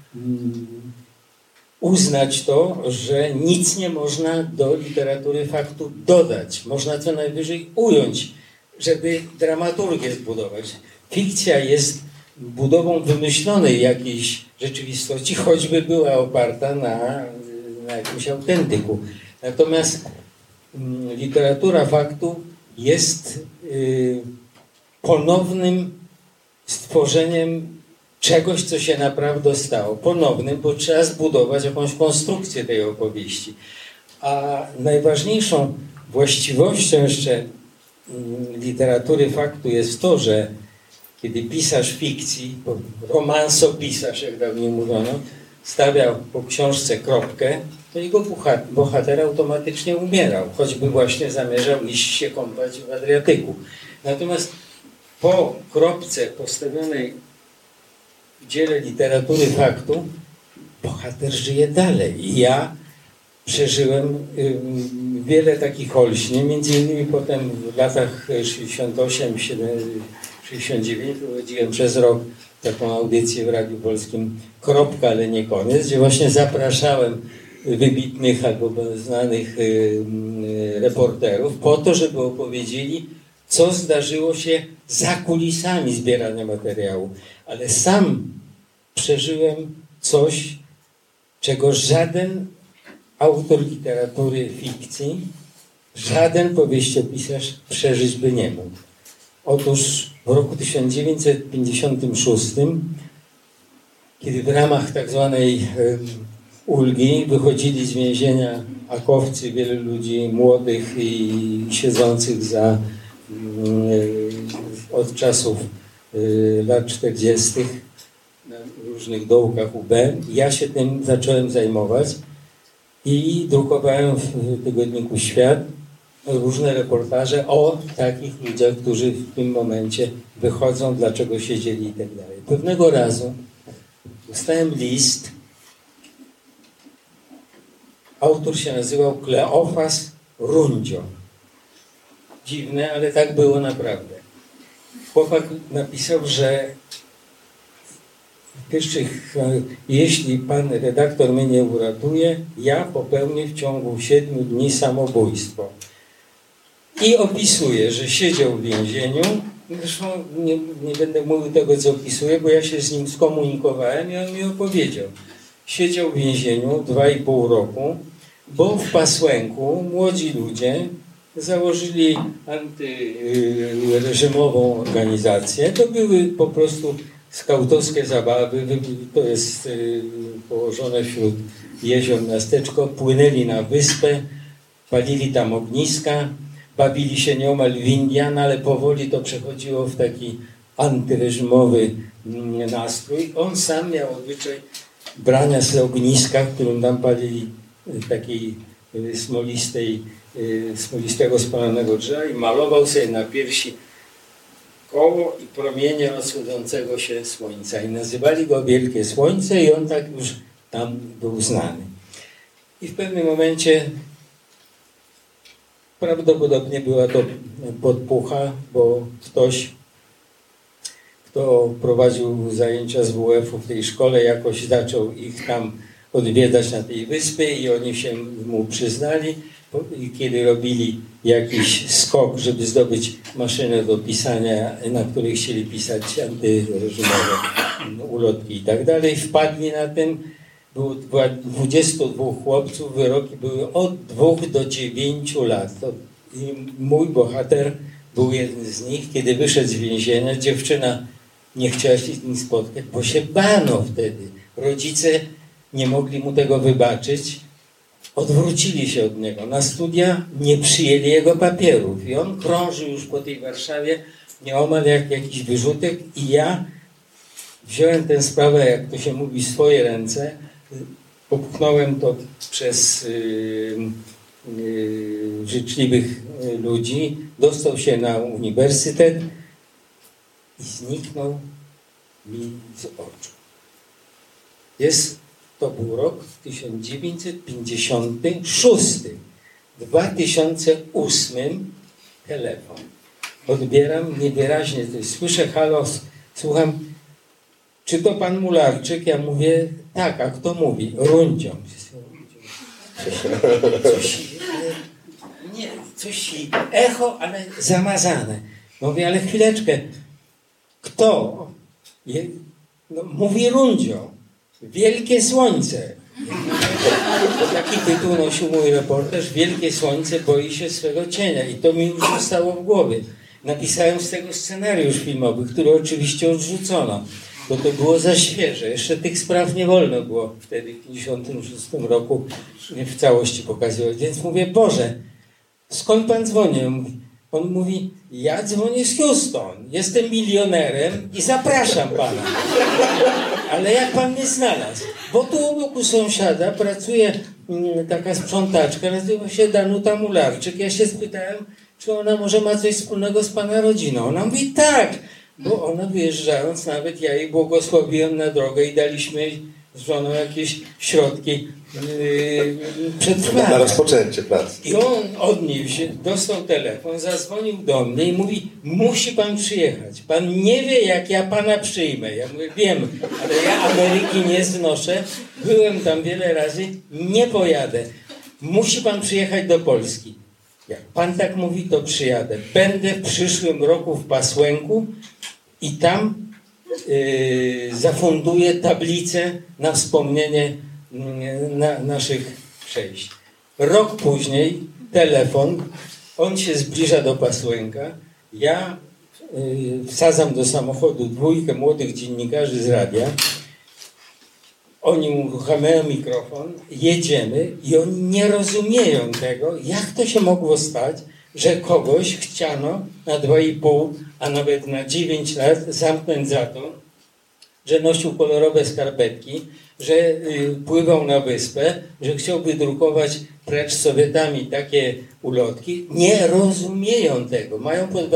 uznać to, że nic nie można do literatury faktu dodać. Można co najwyżej ująć, żeby dramaturgię zbudować. Fikcja jest budową wymyślonej jakiejś rzeczywistości, choćby była oparta na jakimś autentyku. Natomiast literatura faktu jest ponownym stworzeniem czegoś, co się naprawdę stało. Ponownym, bo trzeba zbudować jakąś konstrukcję tej opowieści. A najważniejszą właściwością jeszcze literatury faktu jest to, że kiedy pisarz fikcji, romansopisarz, jak dawniej mówiono, stawiał po książce kropkę, to jego bohater automatycznie umierał, choćby właśnie zamierzał iść się kąpać w Adriatyku. Natomiast po kropce postawionej w dziele literatury faktu bohater żyje dalej. I ja przeżyłem wiele takich olśnień, między innymi potem w latach 68-69 prowadziłem przez rok taką audycję w Radiu Polskim Kropka, ale nie koniec, gdzie właśnie zapraszałem wybitnych albo znanych reporterów po to, żeby opowiedzieli, co zdarzyło się za kulisami zbierania materiału. Ale sam przeżyłem coś, czego żaden autor literatury fikcji, żaden powieściopisarz przeżyć by nie mógł. Otóż w roku 1956, kiedy w ramach tak zwanej ulgi wychodzili z więzienia akowcy, wielu ludzi młodych i siedzących od czasów lat 40. na różnych dołkach UB. Ja się tym zacząłem zajmować i drukowałem w tygodniku Świat różne reportaże o takich ludziach, którzy w tym momencie wychodzą, dlaczego siedzieli i tak dalej. Pewnego razu dostałem list. Autor się nazywał Kleofas Rundzio. Dziwne, ale tak było naprawdę. Chłopak napisał, że jeśli pan redaktor mnie nie uratuje, ja popełnię w ciągu 7 dni samobójstwo. I opisuje, że siedział w więzieniu. Zresztą nie będę mówił tego, co opisuje, bo ja się z nim skomunikowałem i on mi opowiedział. Siedział w więzieniu 2,5 roku, bo w Pasłęku młodzi ludzie założyli antyreżimową organizację. To były po prostu skautowskie zabawy. To jest położone wśród jezior miasteczko. Płynęli na wyspę, palili tam ogniska, bawili się nieomal w Indian, ale powoli to przechodziło w taki antyreżimowy nastrój. On sam miał obyczaj brania sobie ogniska, w którym tam palili takiej smolistego spalonego drzewa i malował sobie na piersi koło i promienie rozchodzącego się słońca. I nazywali go Wielkie Słońce i on tak już tam był znany. I w pewnym momencie prawdopodobnie była to podpucha, bo ktoś, kto prowadził zajęcia z WF-u w tej szkole, jakoś zaczął ich tam odwiedzać na tej wyspie i oni się mu przyznali. I kiedy robili jakiś skok, żeby zdobyć maszynę do pisania, na której chcieli pisać antyreżimowe ulotki i tak dalej, wpadli na tym. Było 22 chłopców, wyroki były od 2 do 9 lat. I mój bohater był jeden z nich. Kiedy wyszedł z więzienia, dziewczyna nie chciała się z nim spotkać, bo się bano wtedy. Rodzice nie mogli mu tego wybaczyć. Odwrócili się od niego. Na studia nie przyjęli jego papierów. I on krążył już po tej Warszawie nieomal jak jakiś wyrzutek. I ja wziąłem tę sprawę, jak to się mówi, w swoje ręce. Popchnąłem to przez życzliwych ludzi. Dostał się na uniwersytet i zniknął mi z oczu. To był rok 1956. W 2008 telefon. Odbieram niewyraźnie, słyszę halo, słucham, czy to pan Mularczyk? Ja mówię, tak, a kto mówi? Rundzią. Coś echo, ale zamazane. Mówię, ale chwileczkę, kto? Mówi Rundzią. Wielkie Słońce. Taki tytuł nosił mój reportaż. Wielkie Słońce boi się swego cienia. I to mi już zostało w głowie. Napisałem z tego scenariusz filmowy, który oczywiście odrzucono, bo to było za świeże. Jeszcze tych spraw nie wolno było wtedy, w 1956 roku, w całości pokazywać. Więc mówię, Boże, skąd pan dzwoni? On mówi, ja dzwonię z Houston, jestem milionerem i zapraszam pana. Ale jak pan mnie znalazł? Bo tu obok sąsiada pracuje taka sprzątaczka, nazywa się Danuta Mularczyk. Ja się spytałem, czy ona może ma coś wspólnego z pana rodziną. Ona mówi, tak, bo ona wyjeżdżając, nawet ja jej błogosławiłem na drogę i daliśmy z żoną jakieś środki przetrwania. Na rozpoczęcie pracy. I on odniósł się, dostał telefon, zadzwonił do mnie i mówi, musi pan przyjechać. Pan nie wie, jak ja pana przyjmę. Ja mówię, wiem, ale ja Ameryki nie znoszę. Byłem tam wiele razy, nie pojadę. Musi pan przyjechać do Polski. Jak pan tak mówi, to przyjadę. Będę w przyszłym roku w Pasłęku i tam zafunduję tablicę na wspomnienie naszych przejść. Rok później telefon, on się zbliża do Pasłęka, ja wsadzam do samochodu 2 młodych dziennikarzy z radia, oni uruchamiają mikrofon, jedziemy i oni nie rozumieją tego, jak to się mogło stać, że kogoś chciano na 2,5, a nawet na 9 lat zamknąć za to, że nosił kolorowe skarpetki, że pływał na wyspę, że chciał wydrukować precz z Sowietami takie ulotki. Nie rozumieją tego. Mają po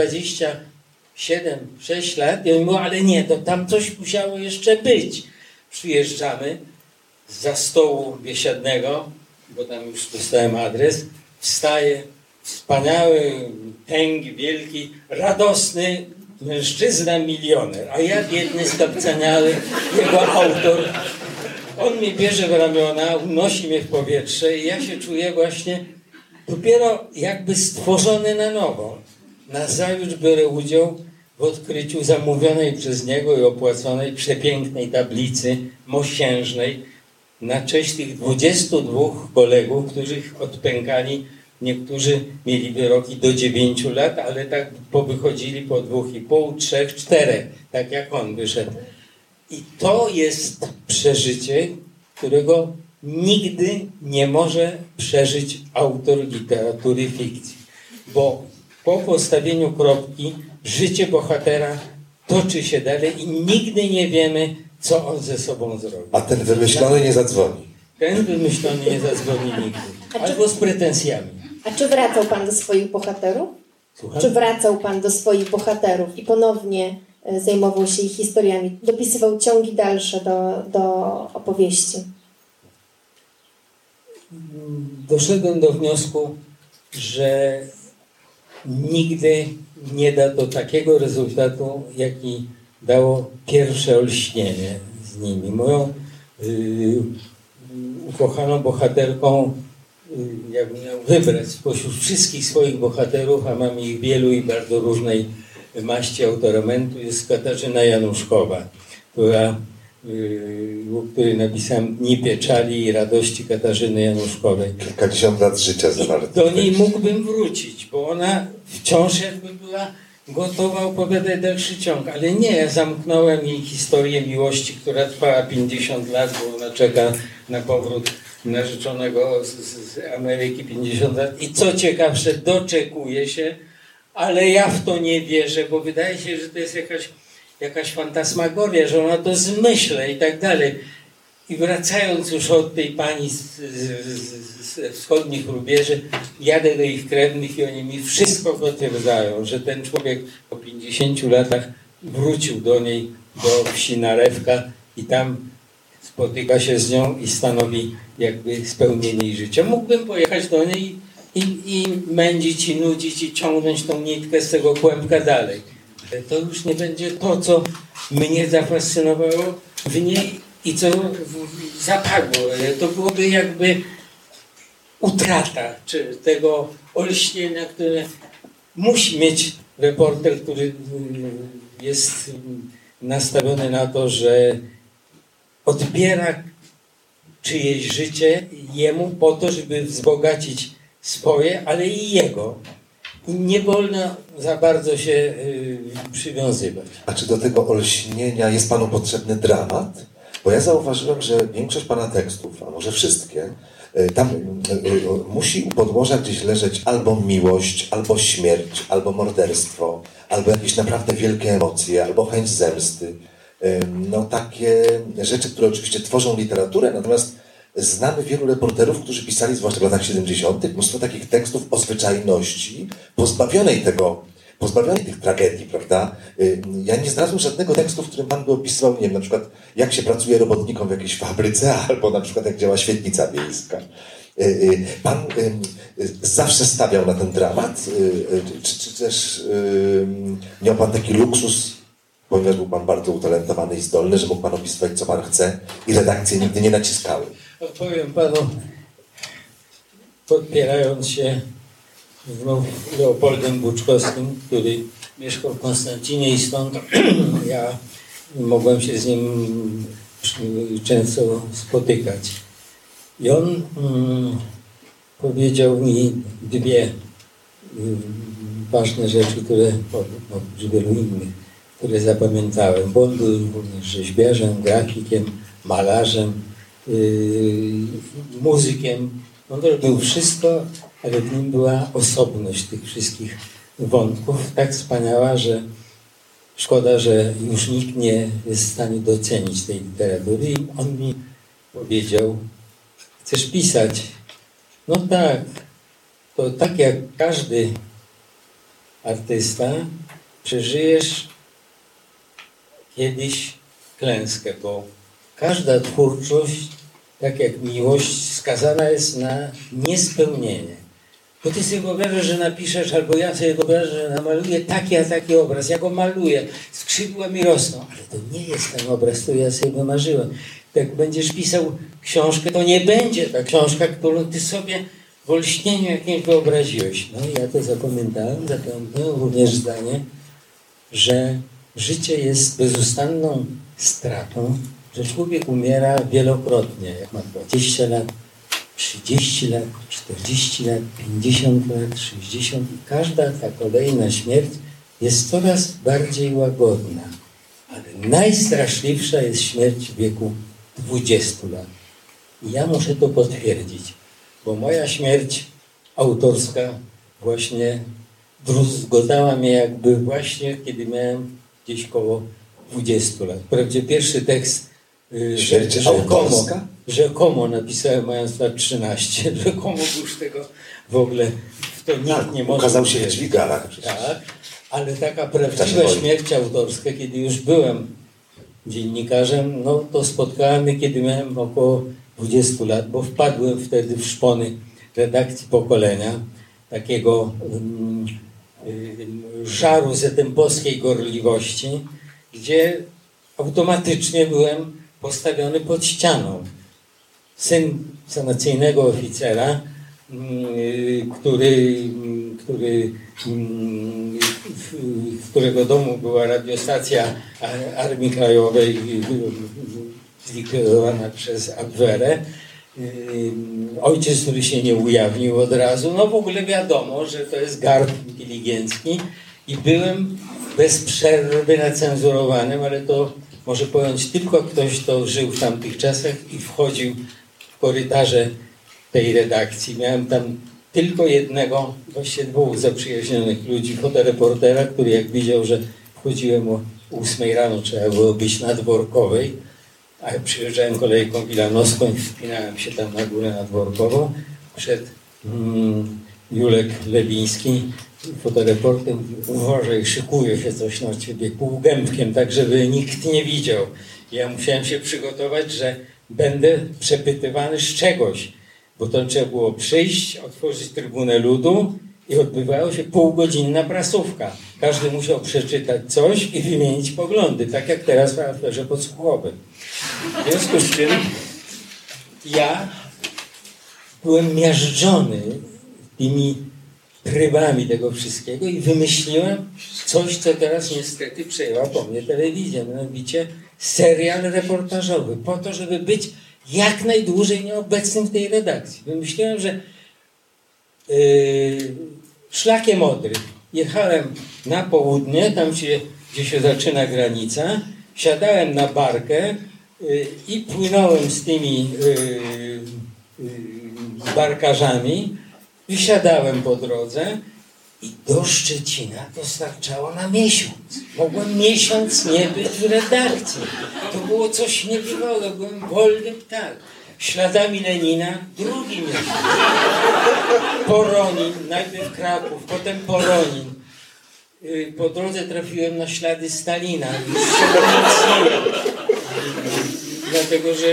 27, 6 lat i oni mówią, ale nie, to tam coś musiało jeszcze być. Przyjeżdżamy zza stołu biesiadnego, bo tam już dostałem adres, wstaje wspaniały, tęgi, wielki, radosny mężczyzna milioner, a ja biedny, skapcaniały, jego autor. On mnie bierze w ramiona, unosi mnie w powietrze i ja się czuję właśnie dopiero jakby stworzony na nowo. Nazajutrz biorę udział w odkryciu zamówionej przez niego i opłaconej przepięknej tablicy mosiężnej na cześć tych 22 kolegów, których odpękali. Niektórzy mieli wyroki do 9 lat, ale tak powychodzili po 2,5, 3, 4, tak jak on wyszedł. I to jest przeżycie, którego nigdy nie może przeżyć autor literatury fikcji. Bo po postawieniu kropki życie bohatera toczy się dalej i nigdy nie wiemy, co on ze sobą zrobi. A ten wymyślony nie zadzwoni. Ten wymyślony nie zadzwoni nigdy. albo z pretensjami. A czy wracał pan do swoich bohaterów? Słucham? Czy wracał pan do swoich bohaterów i ponownie zajmował się ich historiami? Dopisywał ciągi dalsze do opowieści? Doszedłem do wniosku, że nigdy nie da to takiego rezultatu, jaki dało pierwsze olśnienie z nimi. Moją ukochaną bohaterką, jakbym miał wybrać spośród wszystkich swoich bohaterów, a mam ich wielu i bardzo różnej maści autoramentu, jest Katarzyna Januszkowa, o której napisałem Dni pieczali i radości Katarzyny Januszkowej. Kilkadziesiąt lat życia zawarte. Do niej mógłbym wrócić, bo ona wciąż jakby była gotowa opowiadać dalszy ciąg, ale nie, ja zamknąłem jej historię miłości, która trwała 50 lat, bo ona czeka na powrót narzeczonego z Ameryki 50 lat i co ciekawsze, doczekuje się, ale ja w to nie wierzę, bo wydaje się, że to jest jakaś fantasmagoria, że ona to zmyśla i tak dalej. I wracając już od tej pani z wschodnich rubieży, jadę do ich krewnych i oni mi wszystko potwierdzają, że ten człowiek po 50 latach wrócił do niej, do wsi Narewka i tam spotyka się z nią i stanowi jakby spełnienie jej życia. Mógłbym pojechać do niej i mędzić, i nudzić, i ciągnąć tą nitkę z tego kłębka dalej. To już nie będzie to, co mnie zafascynowało w niej i co zapadło. To byłoby jakby utrata czy tego olśnienia, które musi mieć reporter, który jest nastawiony na to, że odbiera czyjeś życie jemu po to, żeby wzbogacić swoje, ale i jego. I nie wolno za bardzo się przywiązywać. A czy do tego olśnienia jest panu potrzebny dramat? Bo ja zauważyłem, że większość pana tekstów, a może wszystkie, tam musi u podłoża gdzieś leżeć albo miłość, albo śmierć, albo morderstwo, albo jakieś naprawdę wielkie emocje, albo chęć zemsty. No takie rzeczy, które oczywiście tworzą literaturę, natomiast znamy wielu reporterów, którzy pisali, zwłaszcza w latach 70., mnóstwo takich tekstów o zwyczajności, pozbawionej tych tragedii, prawda? Ja nie znalazłem żadnego tekstu, w którym pan by opisywał, nie wiem, na przykład jak się pracuje robotnikom w jakiejś fabryce, albo na przykład jak działa świetlica miejska. Pan zawsze stawiał na ten dramat, czy też miał pan taki luksus, ponieważ był pan bardzo utalentowany i zdolny, że mógł pan opisywać, co pan chce i redakcje nigdy nie naciskały? Odpowiem panu, podpierając się znów Leopoldem Buczkowskim, który mieszkał w Konstancinie i stąd ja mogłem się z nim często spotykać. I on powiedział mi dwie ważne rzeczy, które oprócz wielu innych, które zapamiętałem, bo on był również rzeźbiarzem, grafikiem, malarzem, muzykiem. On robił wszystko, ale w nim była osobność tych wszystkich wątków, tak wspaniała, że szkoda, że już nikt nie jest w stanie docenić tej literatury. I on mi powiedział, chcesz pisać? No tak, to tak jak każdy artysta, przeżyjesz kiedyś klęskę, bo każda twórczość, tak jak miłość, skazana jest na niespełnienie. Bo ty sobie wyobrażasz, że napiszesz, albo ja sobie wyobrażam, że namaluję taki a taki obraz. Ja go maluję, skrzydła mi rosną, ale to nie jest ten obraz, który ja sobie wymarzyłem. Jak będziesz pisał książkę, to nie będzie ta książka, którą ty sobie w olśnieniu jakimś wyobraziłeś. No i ja to zapamiętałem również zdanie, że życie jest bezustanną stratą, że człowiek umiera wielokrotnie, jak ma 20 lat, 30 lat, 40 lat, 50 lat, 60 i każda ta kolejna śmierć jest coraz bardziej łagodna. Ale najstraszliwsza jest śmierć w wieku 20 lat. I ja muszę to potwierdzić, bo moja śmierć autorska właśnie druzgotała mnie jakby właśnie, kiedy miałem gdzieś koło 20 lat. Wprawdzie pierwszy tekst Śmierć autorska? Rzekomo napisałem, mając lat 13. Rzekomo, bo już tego w ogóle w to nikt nie może. Ukazał się w Dźwigarach. Tak, ale taka prawdziwa śmierć autorska, kiedy już byłem dziennikarzem, no to spotkałem mnie, kiedy miałem około 20 lat, bo wpadłem wtedy w szpony redakcji Pokolenia, takiego żaru zetempowskiej gorliwości, gdzie automatycznie byłem postawiony pod ścianą. Syn sanacyjnego oficera, w którego domu była radiostacja Armii Krajowej zlikwidowana przez Abwehrę. Ojciec, który się nie ujawnił od razu. No w ogóle wiadomo, że to jest gard inteligencki i byłem bez przerwy nacenzurowanym, ale to może pojąć tylko ktoś, kto żył w tamtych czasach i wchodził w korytarze tej redakcji. Miałem tam tylko jednego, właściwie dwóch zaprzyjaźnionych ludzi, fotoreportera, który jak widział, że wchodziłem o 8 rano, trzeba było być na Dworkowej, a ja przyjeżdżałem kolejką wilanowską i wspinałem się tam na górę na Dworkową. Przed Julek Lewiński, fotoreporter, uważaj, szykuje się coś na ciebie półgębkiem, tak żeby nikt nie widział. Ja musiałem się przygotować, że będę przepytywany z czegoś, bo to trzeba było przyjść, otworzyć Trybunę Ludu i odbywała się półgodzinna prasówka. Każdy musiał przeczytać coś i wymienić poglądy, tak jak teraz w aferze podsłuchowej. W związku z czym ja byłem miażdżony tymi trybami tego wszystkiego i wymyśliłem coś, co teraz niestety przejęła po mnie telewizja, mianowicie serial reportażowy, po to, żeby być jak najdłużej nieobecnym w tej redakcji. Wymyśliłem, że szlakiem Odry jechałem na południe, tam gdzie się zaczyna granica, siadałem na barkę i płynąłem z tymi barkarzami, wysiadałem po drodze i do Szczecina to starczało na miesiąc. Mogłem miesiąc nie być w redakcji. To było coś niebywałego. Byłem wolny ptak. Śladami Lenina drugi miesiąc. Poronin, najpierw Kraków, potem Poronin. Po drodze trafiłem na ślady Stalina. Dlatego, że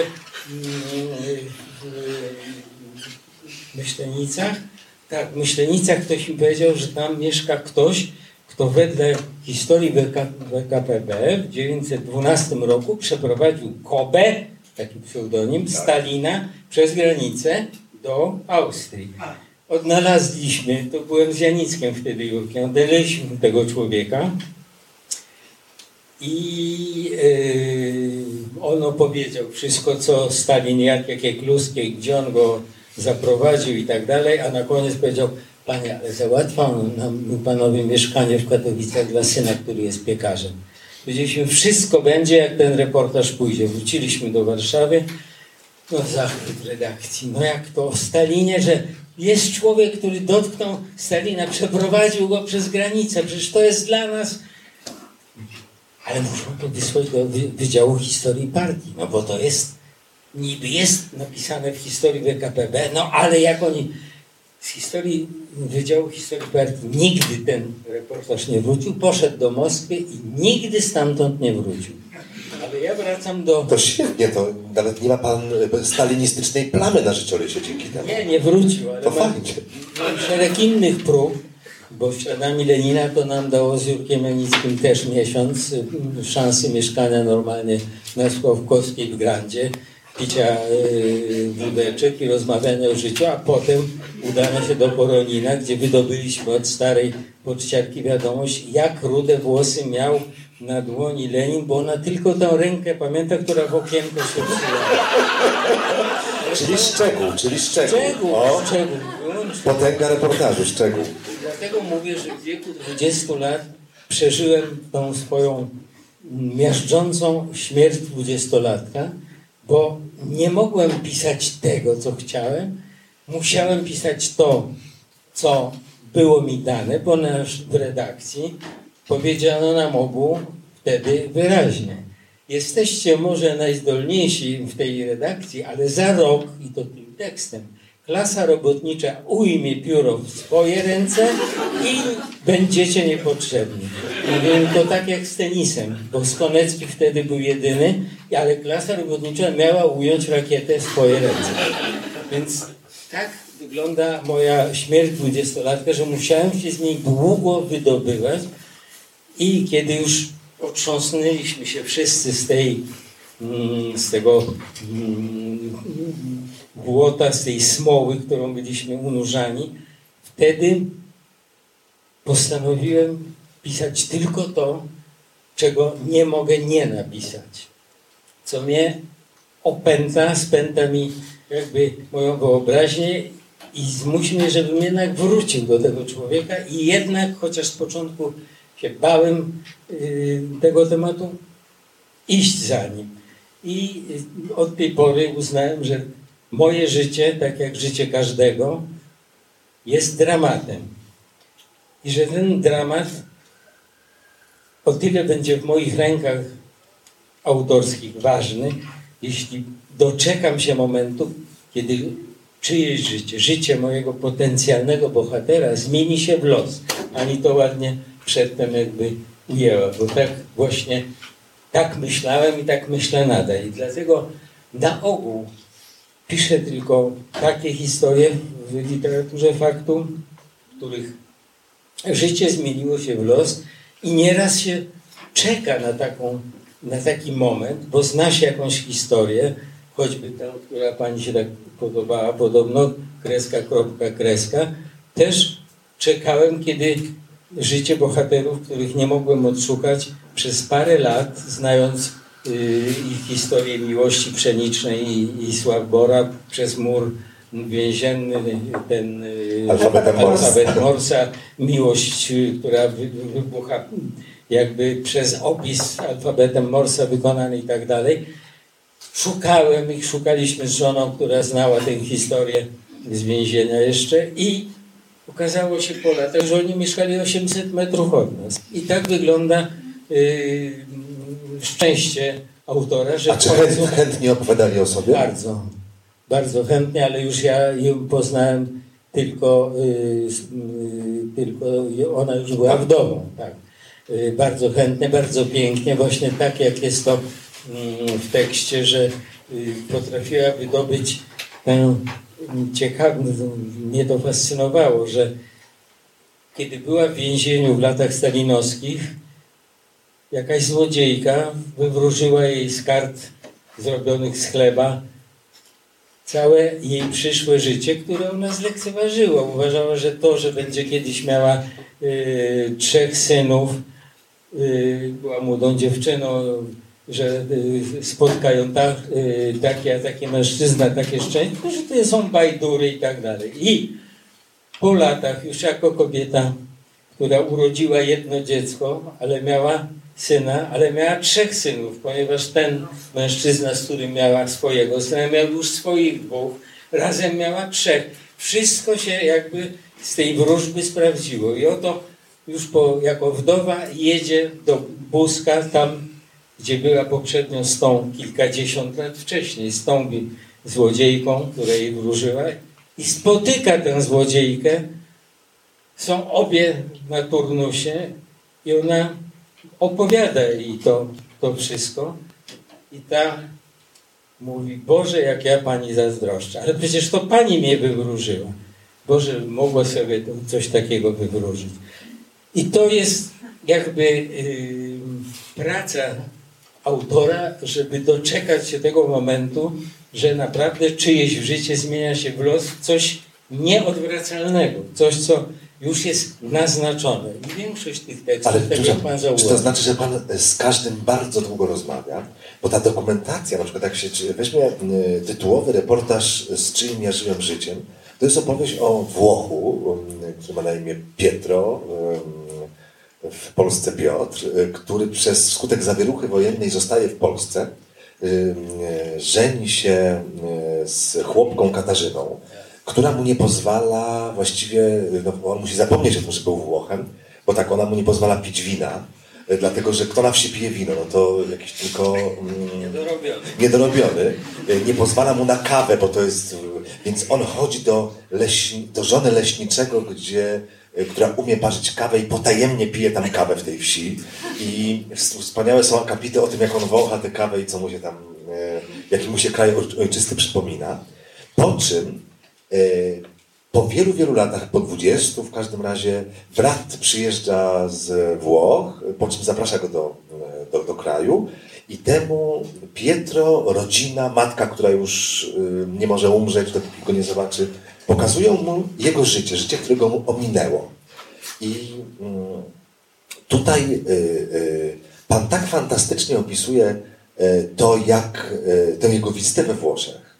w Myślenicach ktoś mi powiedział, że tam mieszka ktoś, kto wedle historii WKPB w 1912 roku przeprowadził Kobę, taki pseudonim, Stalina przez granicę do Austrii. Odnalazliśmy, to byłem z Janickiem wtedy, Jurkiem, odnaleźliśmy tego człowieka i on opowiedział wszystko, co Stalin jadł, jakie kluski, gdzie on go zaprowadził i tak dalej, a na koniec powiedział: panie, ale załatwią nam panowie mieszkanie w Katowicach dla syna, który jest piekarzem. Powiedzieliśmy, wszystko będzie, jak ten reportaż pójdzie. Wróciliśmy do Warszawy, no zachwyt redakcji, no jak to o Stalinie, że jest człowiek, który dotknął Stalina, przeprowadził go przez granicę, przecież to jest dla nas... Ale muszą to wysłać do Wydziału Historii Partii, no bo to jest, niby jest napisane w historii WKPB, no ale jak oni z historii Wydziału Historii Partii nigdy ten reportaż nie wrócił, poszedł do Moskwy i nigdy stamtąd nie wrócił. Ale ja wracam do... To świetnie, to nawet nie ma pan stalinistycznej plamy na życiorysie dzięki temu. Nie wrócił, ale to mam szereg innych prób, bo śladami Lenina to nam dało z Jurkiem Janickim też miesiąc szansy mieszkania normalnie na Sławkowskiej w Grandzie, picia wódeczek i rozmawiania o życiu, a potem udano się do Poronina, gdzie wydobyliśmy od starej poczciarki wiadomość, jak rude włosy miał na dłoni Lenin, bo ona tylko tę rękę pamięta, która w okienko się wsyła. Czyli szczegół. Szczegół. Potęga reportażu, szczegół. Dlatego mówię, że w wieku 20 lat przeżyłem tą swoją miażdżącą śmierć 20-latka, bo nie mogłem pisać tego, co chciałem. Musiałem pisać to, co było mi dane, ponieważ w redakcji powiedziano nam obu wtedy wyraźnie: jesteście może najzdolniejsi w tej redakcji, ale za rok, i to tym tekstem, klasa robotnicza ujmie pióro w swoje ręce i będziecie niepotrzebni. Mówiłem to tak jak z tenisem, bo Skonecki wtedy był jedyny, ale klasa robotnicza miała ująć rakietę w swoje ręce. Więc tak wygląda moja śmierć 20-latka, że musiałem się z niej długo wydobywać i kiedy już otrząsnęliśmy się wszyscy z tego błota, z tej smoły, którą byliśmy unurzani, wtedy postanowiłem pisać tylko to, czego nie mogę nie napisać. Co mnie opęta, spęta mi jakby moją wyobraźnię i zmusi mnie, żebym jednak wrócił do tego człowieka i jednak, chociaż z początku się bałem tego tematu, iść za nim. I od tej pory uznałem, że moje życie, tak jak życie każdego, jest dramatem. I że ten dramat o tyle będzie w moich rękach autorskich ważny, jeśli doczekam się momentu, kiedy czyjeś życie mojego potencjalnego bohatera zmieni się w los. Ani to ładnie przedtem jakby ujęła, bo tak właśnie tak myślałem i tak myślę nadal. I dlatego na ogół piszę tylko takie historie w literaturze faktu, w których życie zmieniło się w los i nieraz się czeka na taki moment, bo zna się jakąś historię, choćby tę, która pani się tak podobała, podobno kreska, kropka, kreska. Też czekałem, kiedy życie bohaterów, których nie mogłem odszukać przez parę lat, znając ich historię miłości pszenicznej i Sławbora przez mur więzienny, ten alfabet Morsa, miłość, która wybucha jakby przez opis alfabetem Morsa wykonany i tak dalej. Szukałem ich, szukaliśmy z żoną, która znała tę historię z więzienia jeszcze i okazało się po latach, że oni mieszkali 800 metrów od nas. I tak wygląda szczęście autora, że... A czy chętnie opowiadali o sobie? Bardzo, bardzo chętnie, ale już ja ją poznałem tylko ona już była wdową, tak. Bardzo chętnie, bardzo pięknie, właśnie tak jak jest to w tekście, że potrafiła wydobyć tę ciekawą, mnie to fascynowało, że kiedy była w więzieniu w latach stalinowskich, jakaś złodziejka wywróżyła jej z kart zrobionych z chleba całe jej przyszłe życie, które ona zlekceważyła. Uważała, że to, że będzie kiedyś miała 3 synów, była młodą dziewczyną, że spotkają taki a taki mężczyzna, takie szczęście, że to są bajdury i tak dalej. I po latach już jako kobieta, która urodziła jedno dziecko, ale miała syna, ale miała 3 synów, ponieważ ten mężczyzna, z którym miała swojego syna, miał już swoich 2, razem miała 3. Wszystko się jakby z tej wróżby sprawdziło. I oto już jako wdowa jedzie do Buska, tam gdzie była poprzednio z tą kilkadziesiąt lat wcześniej, z tą złodziejką, która jej wróżyła, i spotyka tę złodziejkę. Są obie na turnusie i ona opowiada jej to wszystko. I ta mówi: Boże, jak ja pani zazdroszczę, ale przecież to pani mnie wywróżyła. Boże, mogła sobie coś takiego wywróżyć. I to jest jakby praca autora, żeby doczekać się tego momentu, że naprawdę czyjeś życie zmienia się w los, coś nieodwracalnego, coś, co już jest naznaczone. I większość tych tekstów, ale tak jak pan zauważył. Czy to znaczy, że pan z każdym bardzo długo rozmawia? Bo ta dokumentacja, na przykład jak się weźmie tytułowy reportaż Z czyim ja żyłem życiem, to jest opowieść o Włochu, który ma na imię Pietro, w Polsce Piotr, który wskutek zawieruchy wojennej zostaje w Polsce, żeni się z chłopką Katarzyną, która mu nie pozwala właściwie, on musi zapomnieć o tym, że był Włochem, bo tak ona mu nie pozwala pić wina, dlatego że kto na wsi pije wino, no to jakiś tylko Niedorobiony. nie pozwala mu na kawę, bo to jest... Więc on chodzi do żony leśniczego, która umie parzyć kawę i potajemnie pije tam kawę w tej wsi. I wspaniałe są akapity o tym, jak on wącha tę kawę i co mu się tam, jaki mu się kraj ojczysty przypomina. Po czym po wielu, wielu latach, po 20 w każdym razie, brat przyjeżdża z Włoch, po czym zaprasza go do kraju i temu Pietro, rodzina, matka, która już nie może umrzeć, dopóki go nie zobaczy, pokazują mu jego życie, którego mu ominęło. I tutaj Pan tak fantastycznie opisuje to, jak tę jego wizytę we Włoszech.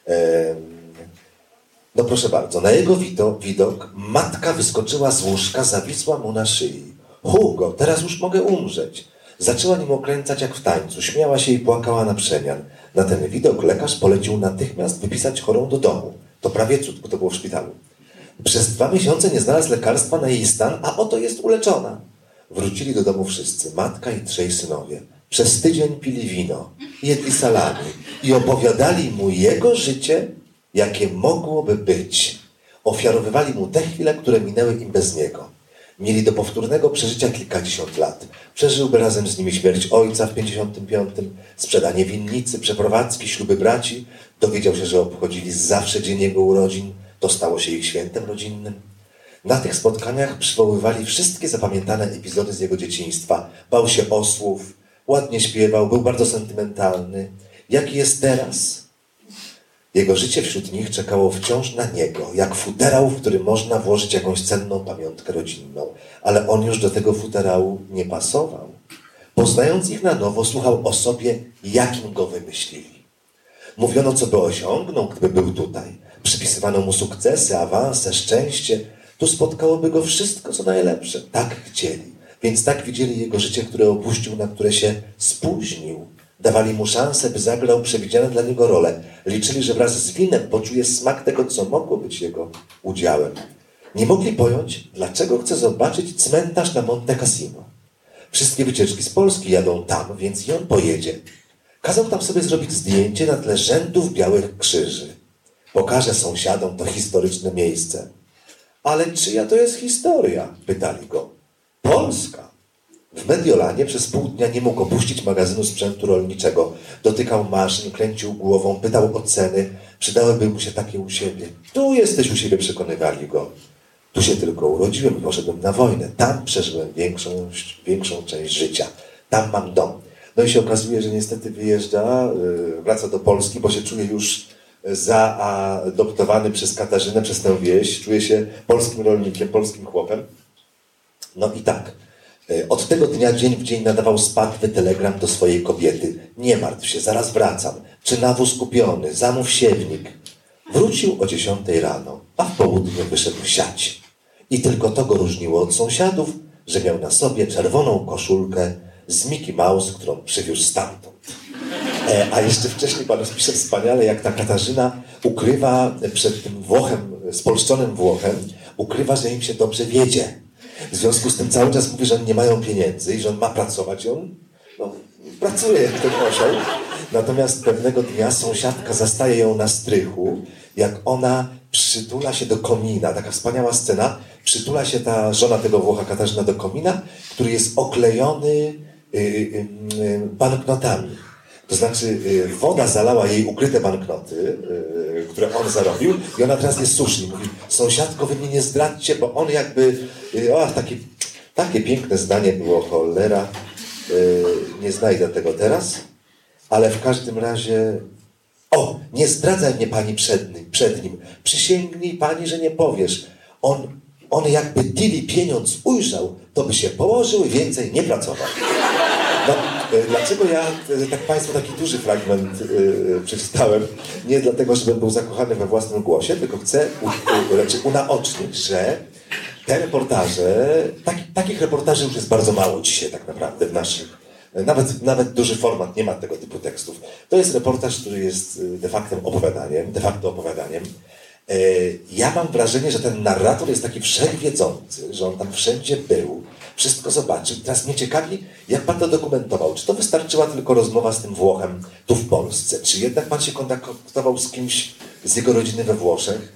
No proszę bardzo, na jego widok matka wyskoczyła z łóżka, zawisła mu na szyi. Hugo, teraz już mogę umrzeć. Zaczęła nim okręcać jak w tańcu, śmiała się i płakała na przemian. Na ten widok lekarz polecił natychmiast wypisać chorą do domu. To prawie cud, bo to było w szpitalu. Przez 2 miesiące nie znalazł lekarstwa na jej stan, a oto jest uleczona. Wrócili do domu wszyscy, matka i 3 synowie. Przez tydzień pili wino, jedli salami i opowiadali mu jego życie, jakie mogłoby być. Ofiarowywali mu te chwile, które minęły im bez niego. Mieli do powtórnego przeżycia kilkadziesiąt lat. Przeżyłby razem z nimi śmierć ojca w 55, sprzedanie winnicy, przeprowadzki, śluby braci. Dowiedział się, że obchodzili zawsze dzień jego urodzin. To stało się ich świętem rodzinnym. Na tych spotkaniach przywoływali wszystkie zapamiętane epizody z jego dzieciństwa. Bał się osłów, ładnie śpiewał, był bardzo sentymentalny. Jaki jest teraz? Jego życie wśród nich czekało wciąż na niego, jak futerał, w który można włożyć jakąś cenną pamiątkę rodzinną. Ale on już do tego futerału nie pasował. Poznając ich na nowo, słuchał o sobie, jakim go wymyślili. Mówiono, co by osiągnął, gdyby był tutaj. Przypisywano mu sukcesy, awanse, szczęście. Tu spotkałoby go wszystko, co najlepsze. Tak chcieli. Więc tak widzieli jego życie, które opuścił, na które się spóźnił. Dawali mu szansę, by zagrał przewidziane dla niego role. Liczyli, że wraz z winem poczuje smak tego, co mogło być jego udziałem. Nie mogli pojąć, dlaczego chce zobaczyć cmentarz na Monte Cassino. Wszystkie wycieczki z Polski jadą tam, więc i on pojedzie. Kazał tam sobie zrobić zdjęcie na tle rzędów białych krzyży. Pokaże sąsiadom to historyczne miejsce. Ale czyja to jest historia? Pytali go. Polska. W Mediolanie przez pół dnia nie mógł opuścić magazynu sprzętu rolniczego. Dotykał maszyn, kręcił głową, pytał o ceny. Przydałyby mu się takie u siebie. Tu jesteś u siebie, przekonywali go. Tu się tylko urodziłem i poszedłem na wojnę. Tam przeżyłem większą część życia. Tam mam dom. No i się okazuje, że niestety wyjeżdża, wraca do Polski, bo się czuje już zaadoptowany przez Katarzynę, przez tę wieś. Czuje się polskim rolnikiem, polskim chłopem. No i tak. Od tego dnia dzień w dzień nadawał spadły telegram do swojej kobiety. Nie martw się, zaraz wracam. Czy nawóz kupiony? Zamów siewnik. Wrócił o 10 rano, a w południe wyszedł siać. I tylko to go różniło od sąsiadów, że miał na sobie czerwoną koszulkę z Mickey Mouse, którą przywiózł stamtąd. A jeszcze wcześniej pan pisze wspaniale, jak ta Katarzyna ukrywa przed tym Włochem, spolszczonym Włochem, ukrywa, że im się dobrze wiedzie. W związku z tym cały czas mówi, że oni nie mają pieniędzy i że on ma pracować i on pracuje jak ten osioł. Natomiast pewnego dnia sąsiadka zastaje ją na strychu, jak ona przytula się do komina. Taka wspaniała scena. Przytula się ta żona tego Włocha, Katarzyna, do komina, który jest oklejony banknotami. To znaczy woda zalała jej ukryte banknoty, które on zarobił i ona teraz je suszy. Mówi, sąsiadko, wy mnie nie zdradźcie, bo on jakby... takie piękne zdanie było, cholera. Nie znajdę tego teraz, ale w każdym razie... O, nie zdradzaj mnie pani przed nim. Przysięgnij pani, że nie powiesz. On jakby Tilly pieniądz ujrzał, to by się położył i więcej nie pracował. No, dlaczego ja tak Państwu taki duży fragment przeczytałem? Nie dlatego, żebym był zakochany we własnym głosie, tylko chcę unaocznić, że te reportaże, takich reportaży już jest bardzo mało dzisiaj tak naprawdę w naszych, nawet duży format nie ma tego typu tekstów. To jest reportaż, który jest de facto opowiadaniem. Ja mam wrażenie, że ten narrator jest taki wszechwiedzący, że on tam wszędzie był, wszystko zobaczył. Teraz mnie ciekawi, jak pan to dokumentował. Czy to wystarczyła tylko rozmowa z tym Włochem tu w Polsce? Czy jednak pan się kontaktował z kimś z jego rodziny we Włoszech?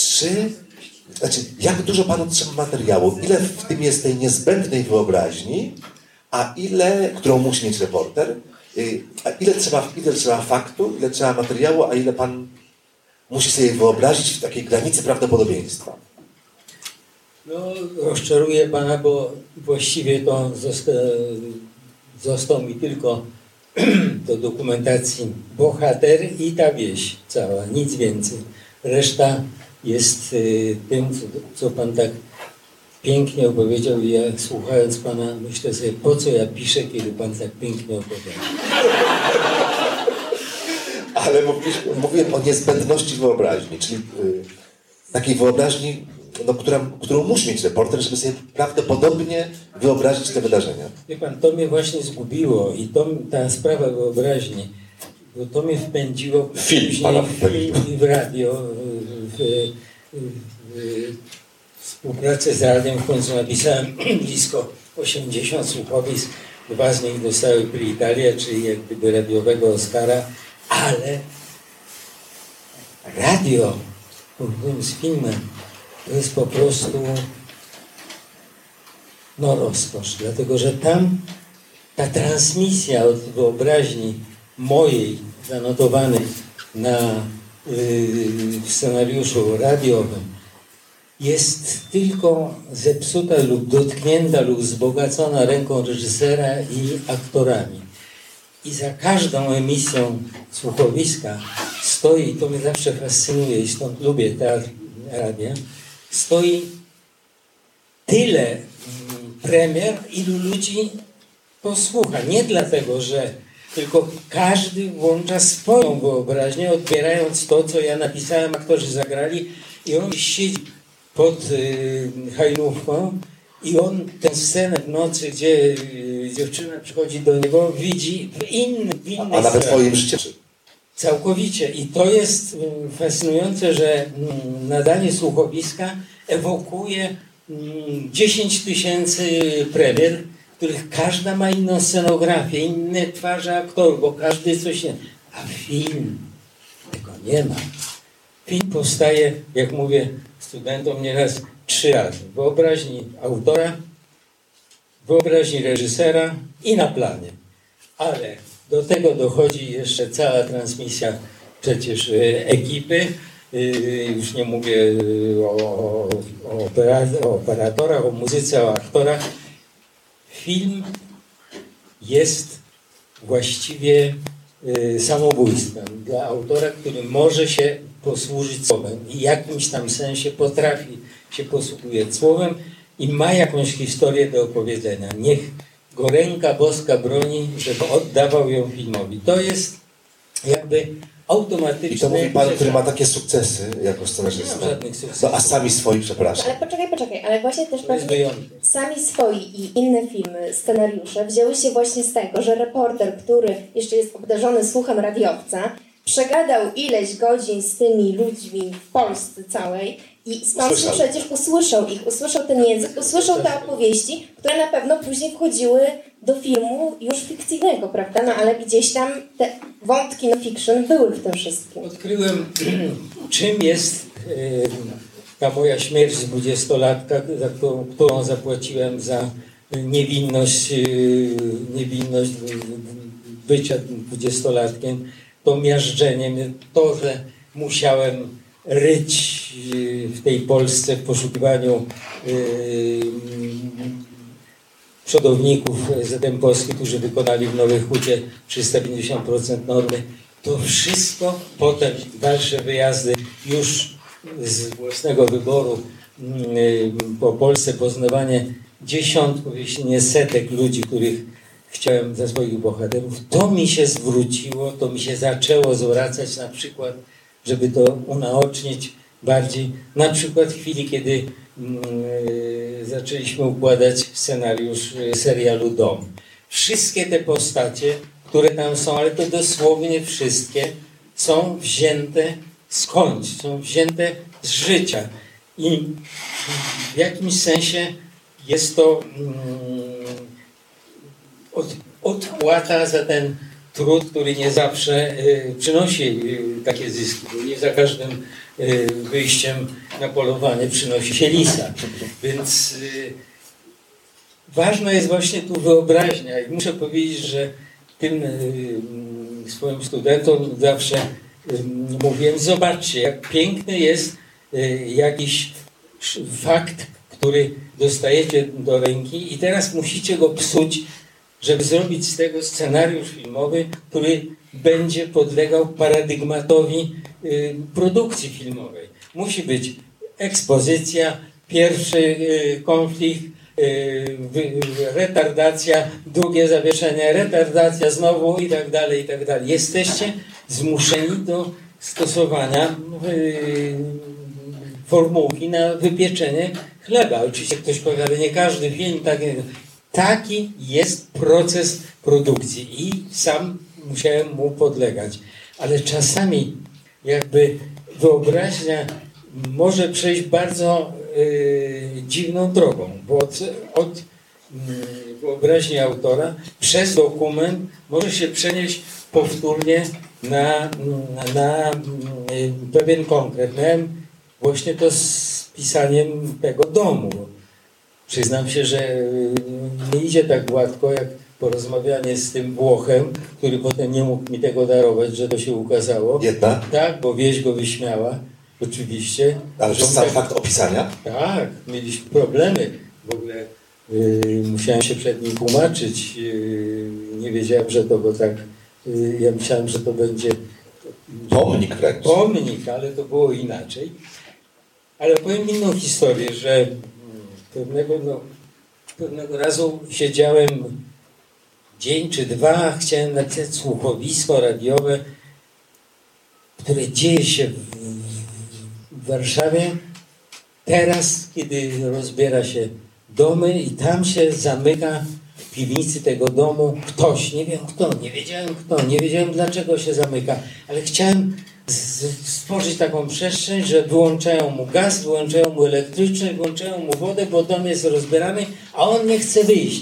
Jak dużo panu trzeba materiału? Ile w tym jest tej niezbędnej wyobraźni, a ile, którą musi mieć reporter, a ile trzeba faktu, ile trzeba materiału, a ile pan musi sobie wyobrazić w takiej granicy prawdopodobieństwa? No, rozczaruję pana, bo właściwie to został mi tylko do dokumentacji bohater i ta wieś cała, nic więcej. Reszta jest tym, co pan tak pięknie opowiedział i ja słuchając pana myślę sobie, po co ja piszę, kiedy pan tak pięknie opowiada. Ale mówiłem o niezbędności wyobraźni, czyli takiej wyobraźni, no, którą musi mieć reporter, żeby sobie prawdopodobnie wyobrazić te wydarzenia. Wie pan, to mnie właśnie zgubiło i ta sprawa wyobraźni, bo to mnie wpędziło w radio, w współpracę z radiem. W końcu napisałem blisko 80 słuchowisk, 2 z nich dostały Prix Italia, czyli jak gdyby radiowego Oscara, ale radio z filmem to jest po prostu rozkosz, dlatego że tam ta transmisja od wyobraźni mojej zanotowanej w scenariuszu radiowym jest tylko zepsuta lub dotknięta lub wzbogacona ręką reżysera i aktorami. I za każdą emisją słuchowiska stoi, to mnie zawsze fascynuje i stąd lubię teatr radia, stoi tyle premier, ilu ludzi posłucha. Nie dlatego, że tylko każdy włącza swoją wyobraźnię, odbierając to, co ja napisałem, aktorzy zagrali i on siedzi pod hajnówką i on tę scenę w nocy, gdzie dziewczyna przychodzi do niego, widzi w innej A nawet w swoim życiu. Całkowicie. I to jest fascynujące, że nadanie słuchowiska ewokuje 10 000 premier, których każda ma inną scenografię, inne twarze aktorów, bo każdy coś nie... A film tego nie ma. Film powstaje, jak mówię studentom nieraz, 3 razy. W wyobraźni autora, w wyobraźni reżysera i na planie. Ale do tego dochodzi jeszcze cała transmisja przecież ekipy. Już nie mówię o operatorach, o muzyce, o aktorach. Film jest właściwie samobójstwem dla autora, który może się posłużyć słowem i w jakimś tam sensie potrafi się posługiwać słowem i ma jakąś historię do opowiedzenia. Niech go ręka boska broni, żeby oddawał ją filmowi. To jest jakby automatyczne... I to mówi pan, który ma takie sukcesy jako scenarzysta. Nie mam żadnych sukcesów. No, a sami swoi, przepraszam. Ale poczekaj, ale właśnie też sami swoi i inne filmy, scenariusze wzięły się właśnie z tego, że reporter, który jeszcze jest obdarzony słuchem radiowca, przegadał ileś godzin z tymi ludźmi w Polsce całej i stąd przecież usłyszał ten język, usłyszał te opowieści, które na pewno później wchodziły do filmu już fikcyjnego, prawda? No ale gdzieś tam te wątki no fiction były w tym wszystkim. Odkryłem, czym jest ta moja śmierć z 20-latka, za którą zapłaciłem za niewinność bycia 20-latkiem, to miażdżenie, to, że musiałem ryć w tej Polsce w poszukiwaniu przodowników ZM-owskich, którzy wykonali w Nowej Hucie 350% normy. To wszystko, potem dalsze wyjazdy już z własnego wyboru po Polsce, poznawanie dziesiątków, jeśli nie setek ludzi, których chciałem za swoich bohaterów. To mi się zwróciło, to mi się zaczęło zwracać na przykład, żeby to unaocznić bardziej, na przykład w chwili, kiedy zaczęliśmy układać scenariusz serialu Dom. Wszystkie te postacie, które tam są, ale to dosłownie wszystkie, są wzięte skądś, są wzięte z życia. I w jakimś sensie jest to odpłata za ten trud, który nie zawsze przynosi takie zyski, bo nie za każdym wyjściem na polowanie przynosi się lisa. Więc ważna jest właśnie tu wyobraźnia i muszę powiedzieć, że tym swoim studentom zawsze mówiłem, zobaczcie, jak piękny jest jakiś fakt, który dostajecie do ręki i teraz musicie go psuć, żeby zrobić z tego scenariusz filmowy, który będzie podlegał paradygmatowi produkcji filmowej. Musi być ekspozycja, pierwszy konflikt, retardacja, drugie zawieszenie, retardacja znowu i tak dalej, i tak dalej. Jesteście zmuszeni do stosowania formułki na wypieczenie chleba. Oczywiście ktoś powie, ale nie każdy film taki jest proces produkcji i sam musiałem mu podlegać. Ale czasami jakby wyobraźnia może przejść bardzo dziwną drogą, bo od wyobraźni autora przez dokument może się przenieść powtórnie na pewien konkret. Miałem właśnie to z pisaniem tego domu. Przyznam się, że nie idzie tak gładko, jak porozmawianie z tym Włochem, który potem nie mógł mi tego darować, że to się ukazało. Jedna? Tak, bo wieś go wyśmiała, oczywiście. Ale że sam fakt opisania? Tak, mieliśmy problemy. W ogóle musiałem się przed nim tłumaczyć. Nie wiedziałem, że to go tak... ja myślałem, że to będzie... Pomnik wręcz. Pomnik, ale to było inaczej. Ale powiem inną historię, że pewnego razu siedziałem dzień czy dwa, chciałem napisać słuchowisko radiowe, które dzieje się w Warszawie teraz, kiedy rozbiera się domy i tam się zamyka w piwnicy tego domu ktoś, nie wiem kto, nie wiedziałem kto, nie wiedziałem dlaczego się zamyka, ale chciałem stworzyć taką przestrzeń, że wyłączają mu gaz, wyłączają mu elektryczność, wyłączają mu wodę, bo dom jest rozbierany, a on nie chce wyjść.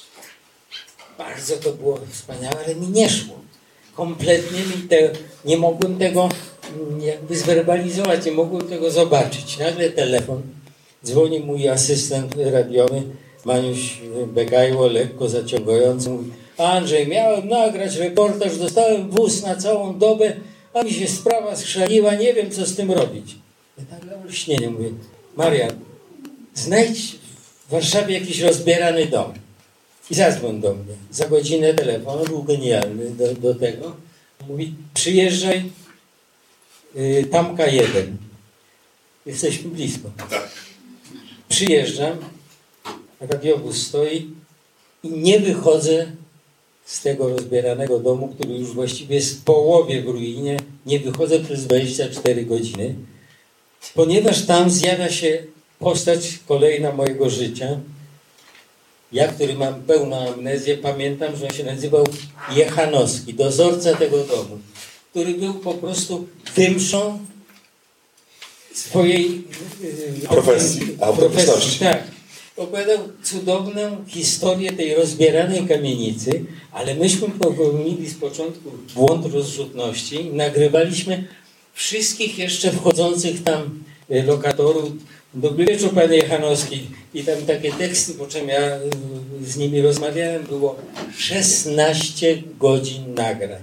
Bardzo to było wspaniałe, ale mi nie szło. Kompletnie nie mogłem tego jakby zwerbalizować, nie mogłem tego zobaczyć. Nagle telefon, dzwoni mój asystent radiowy, Maniuś Begajło, lekko zaciągający, mówi: Andrzej, miałem nagrać reportaż, dostałem wóz na całą dobę, a mi się sprawa schrzaniła, nie wiem co z tym robić. Ja tak na olśnienie mówię: Marian, znajdź w Warszawie jakiś rozbierany dom i zadzwoń do mnie. Za godzinę telefon, był genialny do tego. Mówi: przyjeżdżaj, Tamka 1. Jesteśmy blisko. Przyjeżdżam, radiowóz stoi i nie wychodzę z tego rozbieranego domu, który już właściwie jest w połowie w ruinie. Nie wychodzę przez 24 godziny, ponieważ tam zjawia się postać kolejna mojego życia. Ja, który mam pełną amnezję, pamiętam, że on się nazywał Jechanowski, dozorca tego domu, który był po prostu wymszą swojej profesji. Tak. Opowiadał cudowną historię tej rozbieranej kamienicy, ale myśmy popełnili z początku błąd rozrzutności i nagrywaliśmy wszystkich jeszcze wchodzących tam lokatorów. Dobry wieczór, panie Jechanowski. I tam takie teksty, po czym ja z nimi rozmawiałem, było 16 godzin nagrań.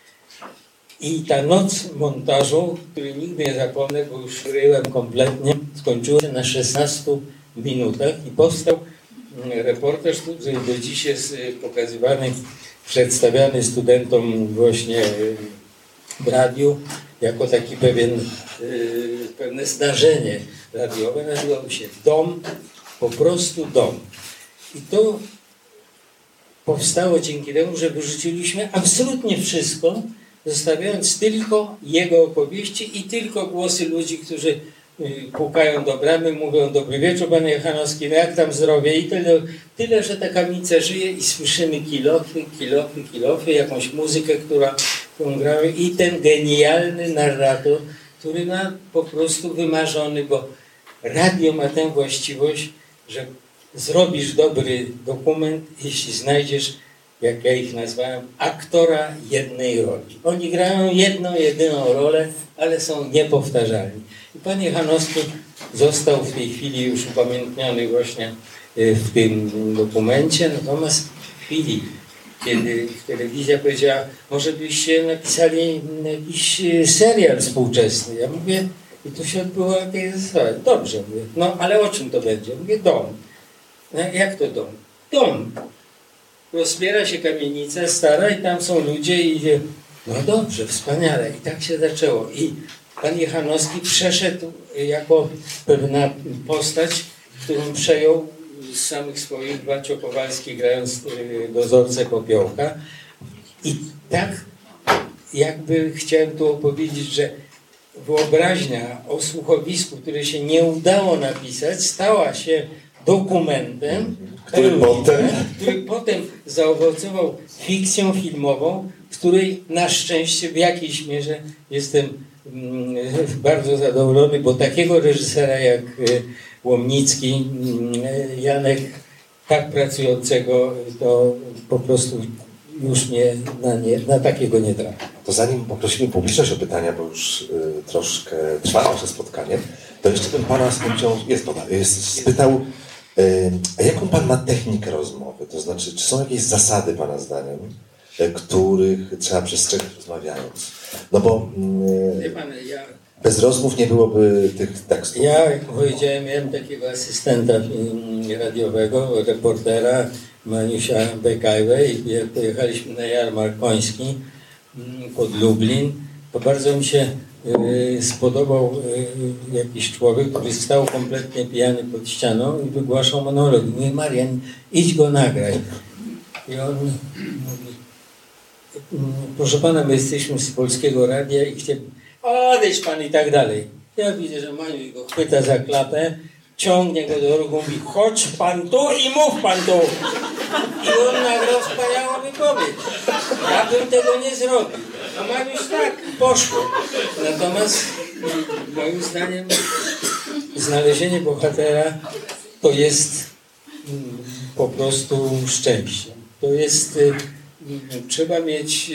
I ta noc montażu, której nigdy nie zapomnę, bo już ryłem kompletnie, skończyła się na 16 minutach i powstał reportaż, który do dziś jest pokazywany, przedstawiany studentom właśnie w radiu jako taki pewne zdarzenie radiowe. Nazywał się Dom, po prostu Dom. I to powstało dzięki temu, że wyrzuciliśmy absolutnie wszystko, zostawiając tylko jego opowieści i tylko głosy ludzi, którzy pukają do bramy, mówią: dobry wieczór, panie Jechanowski, no jak tam zdrowie? I tyle, że ta kamienica żyje i słyszymy kilofy, jakąś muzykę, którą grały i ten genialny narrator, który ma po prostu wymarzony, bo radio ma tę właściwość, że zrobisz dobry dokument, jeśli znajdziesz, jak ja ich nazwałem, aktora jednej roli. Oni grają jedną, jedyną rolę, ale są niepowtarzalni. I pan Jechanowski został w tej chwili już upamiętniony właśnie w tym dokumencie, natomiast w chwili, kiedy telewizja powiedziała, może byście napisali jakiś serial współczesny. Ja mówię, i tu się odbyło takie zasady. Dobrze, mówię, no ale o czym to będzie? Mówię, dom. No, jak to dom? Dom. Rozbiera się kamienica stara i tam są ludzie i no dobrze, wspaniale. I tak się zaczęło. I pan Jechanowski przeszedł jako pewna postać, którą przejął z samych swoich Walcio Kowalski, grając dozorcę Popiołka. I tak jakby chciałem tu opowiedzieć, że wyobraźnia o słuchowisku, które się nie udało napisać, stała się dokumentem, który potem zaowocował fikcją filmową, w której na szczęście w jakiejś mierze jestem bardzo zadowolony, bo takiego reżysera jak Łomnicki, Janek, tak pracującego, to po prostu już na takiego nie trafi. To zanim poprosimy publiczność o pytania, bo już troszkę trwa nasze spotkanie, to jeszcze bym pana spytał, a jaką pan ma technikę rozmowy? To znaczy, czy są jakieś zasady pana zdaniem, których trzeba przestrzegać rozmawiając? No bo bez rozmów nie byłoby tych tekstów. Ja, jak powiedziałem, miałem takiego asystenta radiowego, reportera Maniusia Bekajwę i jak pojechaliśmy na jarmark koński pod Lublin, to bardzo mi się spodobał jakiś człowiek, który stał kompletnie pijany pod ścianą i wygłaszał monolog. Mówi, Marian, idź go nagraj. I on mówi, proszę pana, my jesteśmy z Polskiego Radia i chciałem, odejdź pan i tak dalej. Ja widzę, że Maniuś go chwyta za klapę, ciągnie go do rogu, mówi, chodź pan tu i mów pan tu. I on nagrał wspaniałą wypowiedź. Ja bym tego nie zrobił. A Mariusz tak, poszło. Natomiast moim zdaniem znalezienie bohatera to jest po prostu szczęście. To jest, trzeba mieć,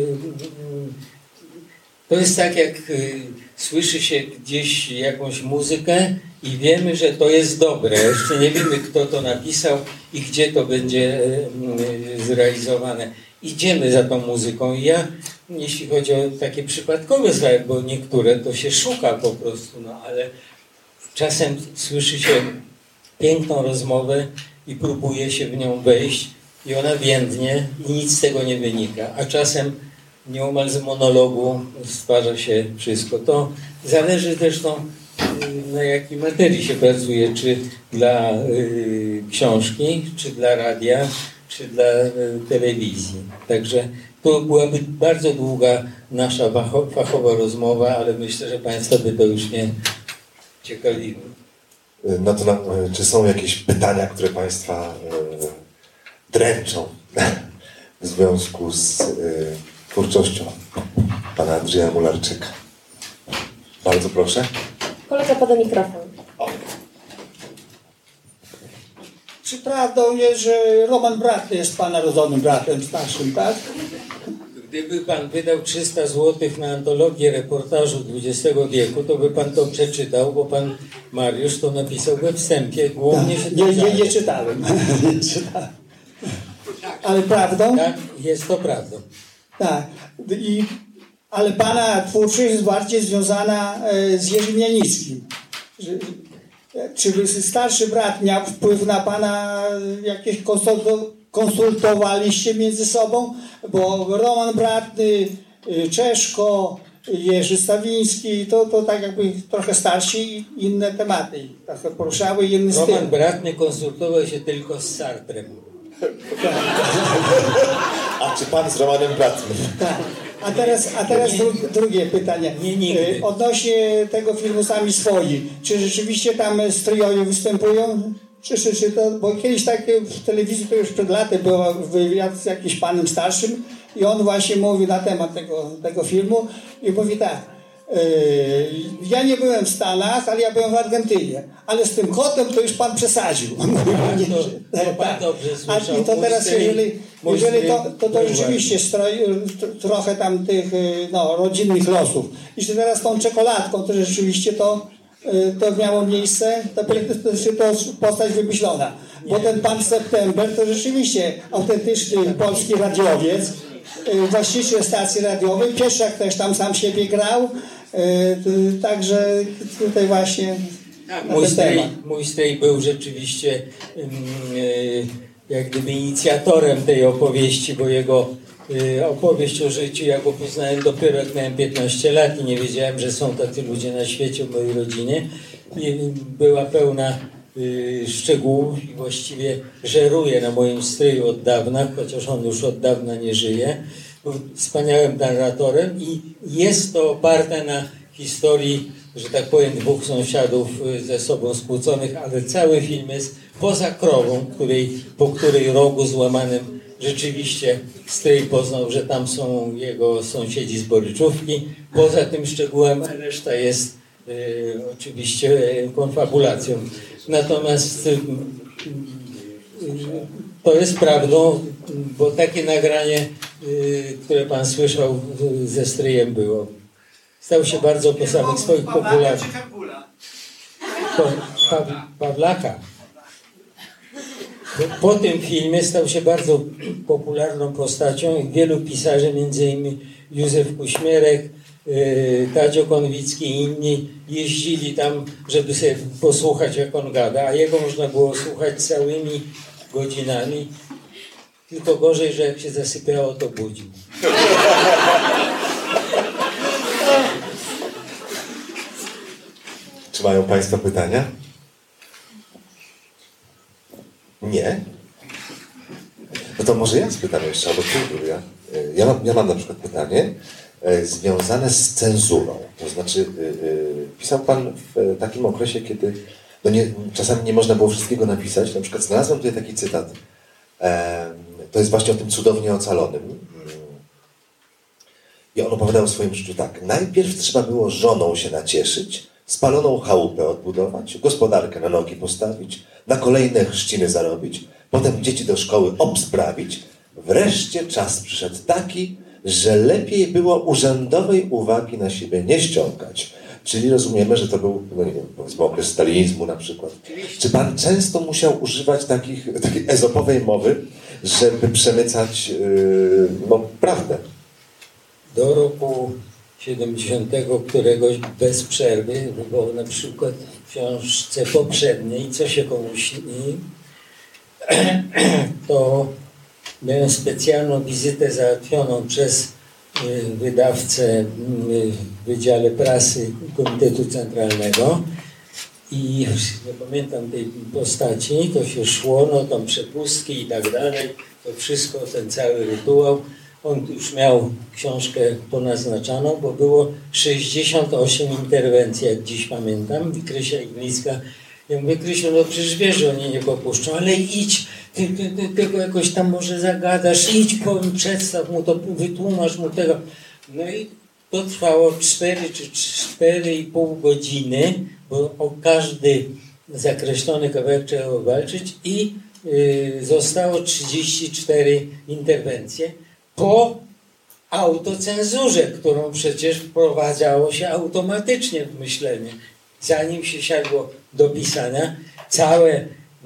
to jest tak jak słyszy się gdzieś jakąś muzykę i wiemy, że to jest dobre. Jeszcze nie wiemy, kto to napisał i gdzie to będzie zrealizowane. Idziemy za tą muzyką i ja, jeśli chodzi o takie przypadkowe sprawy, bo niektóre to się szuka po prostu, no ale czasem słyszy się piękną rozmowę i próbuje się w nią wejść i ona więdnie i nic z tego nie wynika, a czasem nieomal z monologu stwarza się wszystko. To zależy zresztą, na jakiej materii się pracuje, czy dla książki, czy dla radia, czy dla telewizji. Także to byłaby bardzo długa nasza fachowa rozmowa, ale myślę, że Państwa by to już nie ciekawiło. No to czy są jakieś pytania, które Państwa dręczą w związku z twórczością pana Andrzeja Mularczyka? Bardzo proszę. Kolega poda mikrofon. Czy prawdą jest, że Roman Bratny jest pana rodzonym bratem starszym, tak? Gdyby pan wydał 300 zł na antologię reportażu XX wieku, to by pan to przeczytał, bo pan Mariusz to napisał we wstępie. Głównie się nie czytałem. Nie czytałem. Ale prawdą? Tak, jest to prawdą. Tak. Ale pana twórczość jest bardziej związana z Jerzym Janickim. Czy starszy brat miał wpływ na pana jakieś konsultowaliście między sobą? Bo Roman Bratny, Czeszko, Jerzy Stawiński, to tak jakby trochę starsi i inne tematy. Trochę poruszały inny styl. Roman Bratny konsultował się tylko z Sartrem. Tak. A czy pan z Romanem Bratnym? Tak. A teraz drugie pytanie. Nie. Odnośnie tego filmu Sami Swoi. Czy rzeczywiście tam stryjowie występują? Czy to, bo kiedyś tak w telewizji, to już przed laty był wywiad z jakimś panem starszym i on właśnie mówi na temat tego filmu i mówi tak. Ja nie byłem w Stanach, ale ja byłem w Argentynie. Ale z tym kotem to już pan przesadził. Pan dobrze słyszał. I to teraz, jeżeli to rzeczywiście trochę tam tych rodzinnych losów. I że teraz tą czekoladką, to rzeczywiście to miało miejsce, to postać wymyślona. Bo ten pan September to rzeczywiście autentyczny polski radiowiec, właściciel stacji radiowej, Pieszczak też tam sam siebie grał, także tutaj właśnie mój stryj był rzeczywiście jak gdyby inicjatorem tej opowieści, bo jego opowieść o życiu ja go poznałem dopiero jak miałem 15 lat i nie wiedziałem, że są tacy ludzie na świecie w mojej rodzinie. I była pełna szczegółów i właściwie żeruje na moim stryju od dawna, chociaż on już od dawna nie żyje. Był wspaniałym narratorem i jest to oparte na historii, że tak powiem, dwóch sąsiadów ze sobą skłóconych, ale cały film jest poza krową, po której rogu złamanym rzeczywiście stryj poznał, że tam są jego sąsiedzi z Boryczówki. Poza tym szczegółem reszta jest oczywiście konfabulacją. Natomiast to jest prawdą, bo takie nagranie, które pan słyszał ze stryjem było. Stał się bardzo po samych swoich popularnych. Pawlaka. Po tym filmie stał się bardzo popularną postacią i wielu pisarzy, m.in. Józef Kuśmierek, Tadzio Konwicki i inni jeździli tam, żeby sobie posłuchać, jak on gada, a jego można było słuchać całymi godzinami. Tylko gorzej, że jak się zasypiało, to budził. Czy mają państwo pytania? Nie? No to może ja spytam jeszcze, albo ty, ja mam na przykład pytanie związane z cenzurą. To znaczy, pisał pan w takim okresie, kiedy czasami nie można było wszystkiego napisać. Na przykład znalazłem tutaj taki cytat. To jest właśnie o tym cudownie ocalonym. I on opowiadał o swoim życiu tak. Najpierw trzeba było żoną się nacieszyć, spaloną chałupę odbudować, gospodarkę na nogi postawić, na kolejne chrzciny zarobić, potem dzieci do szkoły obsprawić. Wreszcie czas przyszedł taki, że lepiej było urzędowej uwagi na siebie nie ściągać. Czyli rozumiemy, że to był, nie wiem, powiedzmy okres stalinizmu na przykład. Czy pan często musiał używać takiej ezopowej mowy, żeby przemycać prawdę? Do roku 70, któregoś bez przerwy, bo na przykład w książce poprzedniej, Co się komuś śni, to miałem specjalną wizytę załatwioną przez wydawcę w Wydziale Prasy Komitetu Centralnego i nie pamiętam tej postaci, to się szło, tam przepustki i tak dalej, to wszystko, ten cały rytuał. On już miał książkę ponaznaczaną, bo było 68 interwencji, jak dziś pamiętam, i Krysia Iglińska. Ja mówię, Krysiu, no przecież wiesz, że oni nie popuszczą, ale idź, ty tego jakoś tam może zagadasz, idź, przedstaw mu to, wytłumacz mu tego. No i to trwało 4 czy 4,5 godziny, bo o każdy zakreślony kawałek trzeba było walczyć i zostało 34 interwencje po autocenzurze, którą przecież wprowadzało się automatycznie w myślenie. Zanim się siadło do pisania, całe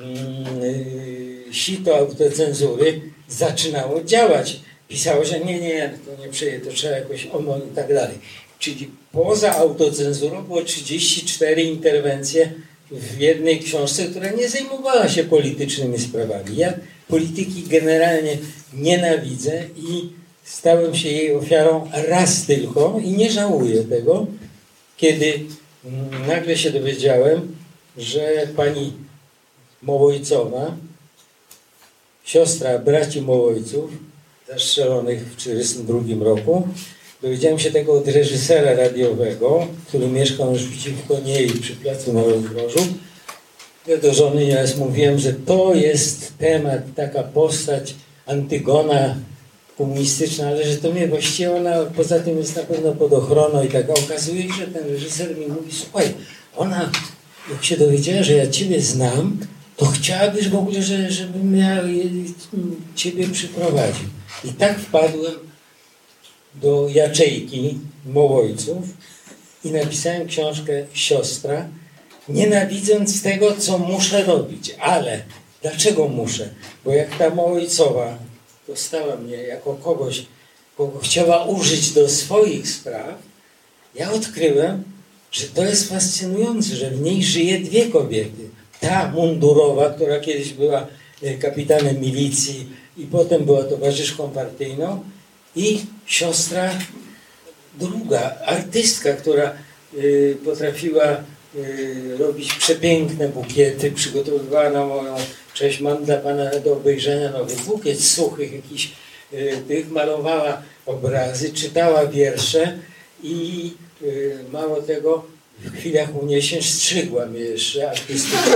sito autocenzury zaczynało działać. Pisało, że nie, to nie przyjdzie, to trzeba jakoś i tak dalej. Czyli poza autocenzurą było 34 interwencje w jednej książce, która nie zajmowała się politycznymi sprawami. Ja polityki generalnie nienawidzę i stałem się jej ofiarą raz tylko i nie żałuję tego, kiedy nagle się dowiedziałem, że pani Mołojcowa, siostra braci Mołojców, zastrzelonych w 1942 roku, dowiedziałem się tego od reżysera radiowego, który mieszkał już przeciwko niej przy Placu na Rozdrożu. Ja do żony nieraz mówiłem, że to jest temat, taka postać Antygona komunistyczna, ale że to mnie właściwie ona poza tym jest na pewno pod ochroną i tak. A okazuje się, że ten reżyser mi mówi, słuchaj, ona jak się dowiedziała, że ja ciebie znam, to chciałabyś w ogóle, żebym ja ciebie przyprowadził. I tak wpadłem do Jaczejki Mołojców i napisałem książkę Siostra, nienawidząc tego, co muszę robić. Ale dlaczego muszę? Bo jak ta Mołojcowa dostała mnie jako kogoś, kogo chciała użyć do swoich spraw, ja odkryłem, że to jest fascynujące, że w niej żyje dwie kobiety. Ta mundurowa, która kiedyś była kapitanem milicji i potem była towarzyszką partyjną, i siostra druga, artystka, która potrafiła robić przepiękne bukiety, przygotowywała na moją cześć, mam dla pana do obejrzenia nowy bukiet suchych jakichś tych, malowała obrazy, czytała wiersze i mało tego, w chwilach uniesień strzygła mnie jeszcze artystycznie.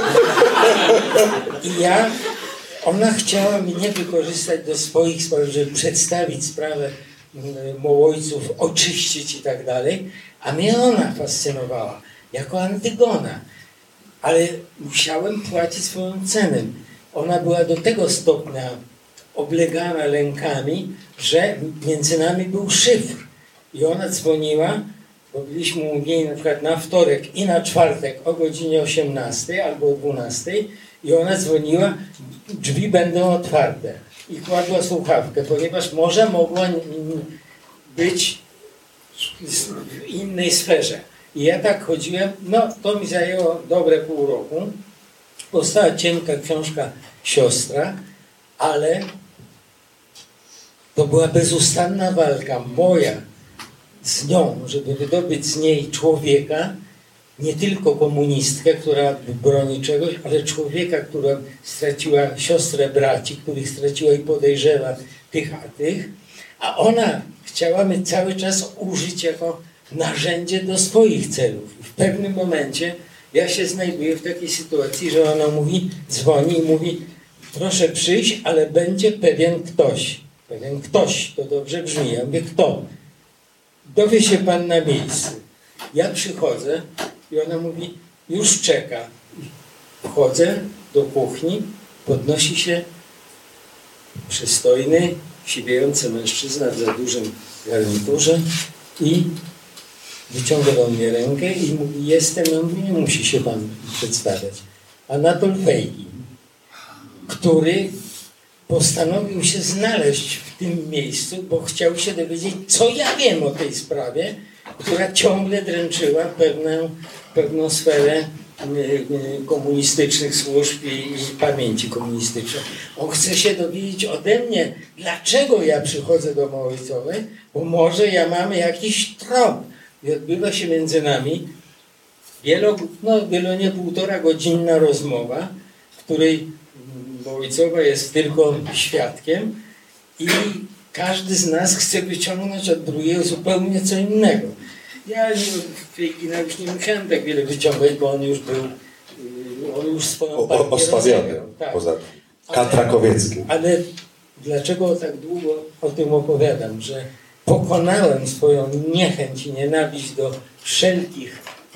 I ona chciała mnie wykorzystać do swoich spraw, żeby przedstawić sprawę Mołojców, oczyścić i tak dalej, a mnie ona fascynowała jako Antygona. Ale musiałem płacić swoją cenę. Ona była do tego stopnia oblegana lękami, że między nami był szyfr. I ona dzwoniła, bo byliśmy umówieni na przykład na wtorek i na czwartek o godzinie 18 albo o 12 i ona dzwoniła, drzwi będą otwarte. I kładła słuchawkę, ponieważ może mogła być w innej sferze. I ja tak chodziłem, no to mi zajęło dobre pół roku. Powstała cienka książka Siostra, ale to była bezustanna walka moja z nią, żeby wydobyć z niej człowieka, nie tylko komunistkę, która broni czegoś, ale człowieka, która straciła siostrę braci, których straciła i podejrzewa tych a tych, a ona chciała mnie cały czas użyć jako narzędzie do swoich celów. I w pewnym momencie ja się znajduję w takiej sytuacji, że ona mówi, dzwoni i mówi, proszę przyjść, ale będzie pewien ktoś. Pewien ktoś, to dobrze brzmi. Ja mówię, kto? Dowie się pan na miejscu. Ja przychodzę i ona mówi, już czeka. Wchodzę do kuchni, podnosi się przystojny, siwiejący mężczyzna w za dużym garniturze i wyciąga do mnie rękę i mówi, jestem, ja mówię, nie musi się pan przedstawiać. Anatol Fejgin, który postanowił się znaleźć w tym miejscu, bo chciał się dowiedzieć, co ja wiem o tej sprawie, która ciągle dręczyła pewną sferę komunistycznych służb i pamięci komunistycznej. On chce się dowiedzieć ode mnie, dlaczego ja przychodzę do Mołojcowej, bo może ja mam jakiś trop. I odbywa się między nami nie 1,5 godzinna rozmowa, w której Mołojcowa jest tylko świadkiem i każdy z nas chce wyciągnąć od drugiego zupełnie co innego. Ja Fejgina już nie musiałem tak wiele wyciągać, bo on już swoją partię osłabiony, tak. Poza Katrakowieckim. Ale dlaczego tak długo o tym opowiadam, że pokonałem swoją niechęć i nienawiść do wszelkich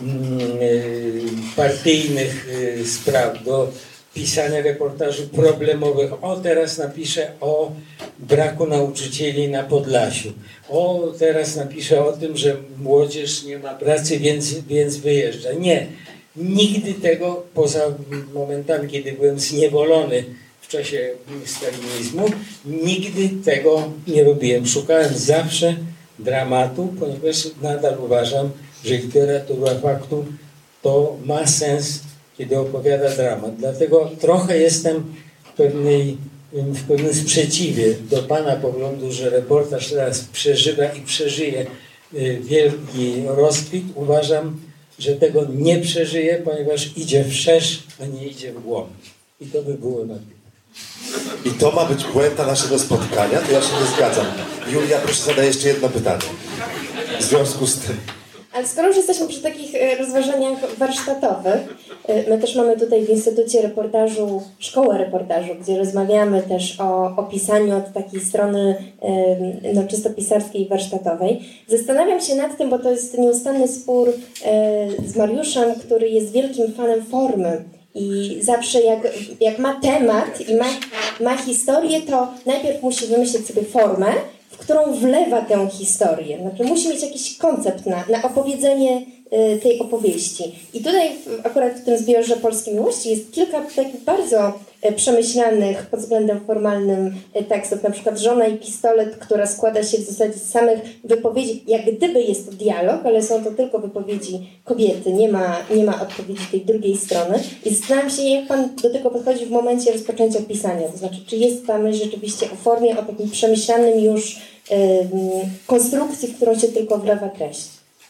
partyjnych spraw, do pisania reportaży problemowych. Teraz napiszę o braku nauczycieli na Podlasiu. Teraz napiszę o tym, że młodzież nie ma pracy, więc wyjeżdża. Nie. Nigdy tego, poza momentami, kiedy byłem zniewolony w czasie stalinizmu, nigdy tego nie robiłem. Szukałem zawsze dramatu, ponieważ nadal uważam, że literatura faktu to ma sens, kiedy opowiada dramat. Dlatego trochę jestem w pewnym sprzeciwie do pana poglądu, że reportaż teraz przeżywa i przeżyje wielki rozkwit. Uważam, że tego nie przeżyje, ponieważ idzie wszerz, a nie idzie w głąb. I to by było na tym. I to ma być puenta naszego spotkania, to ja się nie zgadzam. Julia, proszę zadać jeszcze jedno pytanie. W związku z tym, Ale skoro już jesteśmy przy takich rozważaniach warsztatowych, my też mamy tutaj w Instytucie Reportażu szkołę reportażu, gdzie rozmawiamy też o pisaniu od takiej strony czysto pisarskiej i warsztatowej. Zastanawiam się nad tym, bo to jest nieustanny spór z Mariuszem, który jest wielkim fanem formy. I zawsze jak ma temat i ma historię, to najpierw musi wymyślić sobie formę, w którą wlewa tę historię. Znaczy musi mieć jakiś koncept na opowiedzenie tej opowieści. I tutaj akurat w tym zbiorze Polskiej Miłości jest kilka takich bardzo przemyślanych pod względem formalnym tekstów. Na przykład Żona i pistolet, która składa się w zasadzie z samych wypowiedzi. Jak gdyby jest to dialog, ale są to tylko wypowiedzi kobiety. Nie ma odpowiedzi tej drugiej strony. I zastanawiam się, jak pan do tego podchodzi w momencie rozpoczęcia pisania. To znaczy, czy jest ta myśl rzeczywiście o formie, o takim przemyślanym już konstrukcji, w którą się tylko wlewa treść.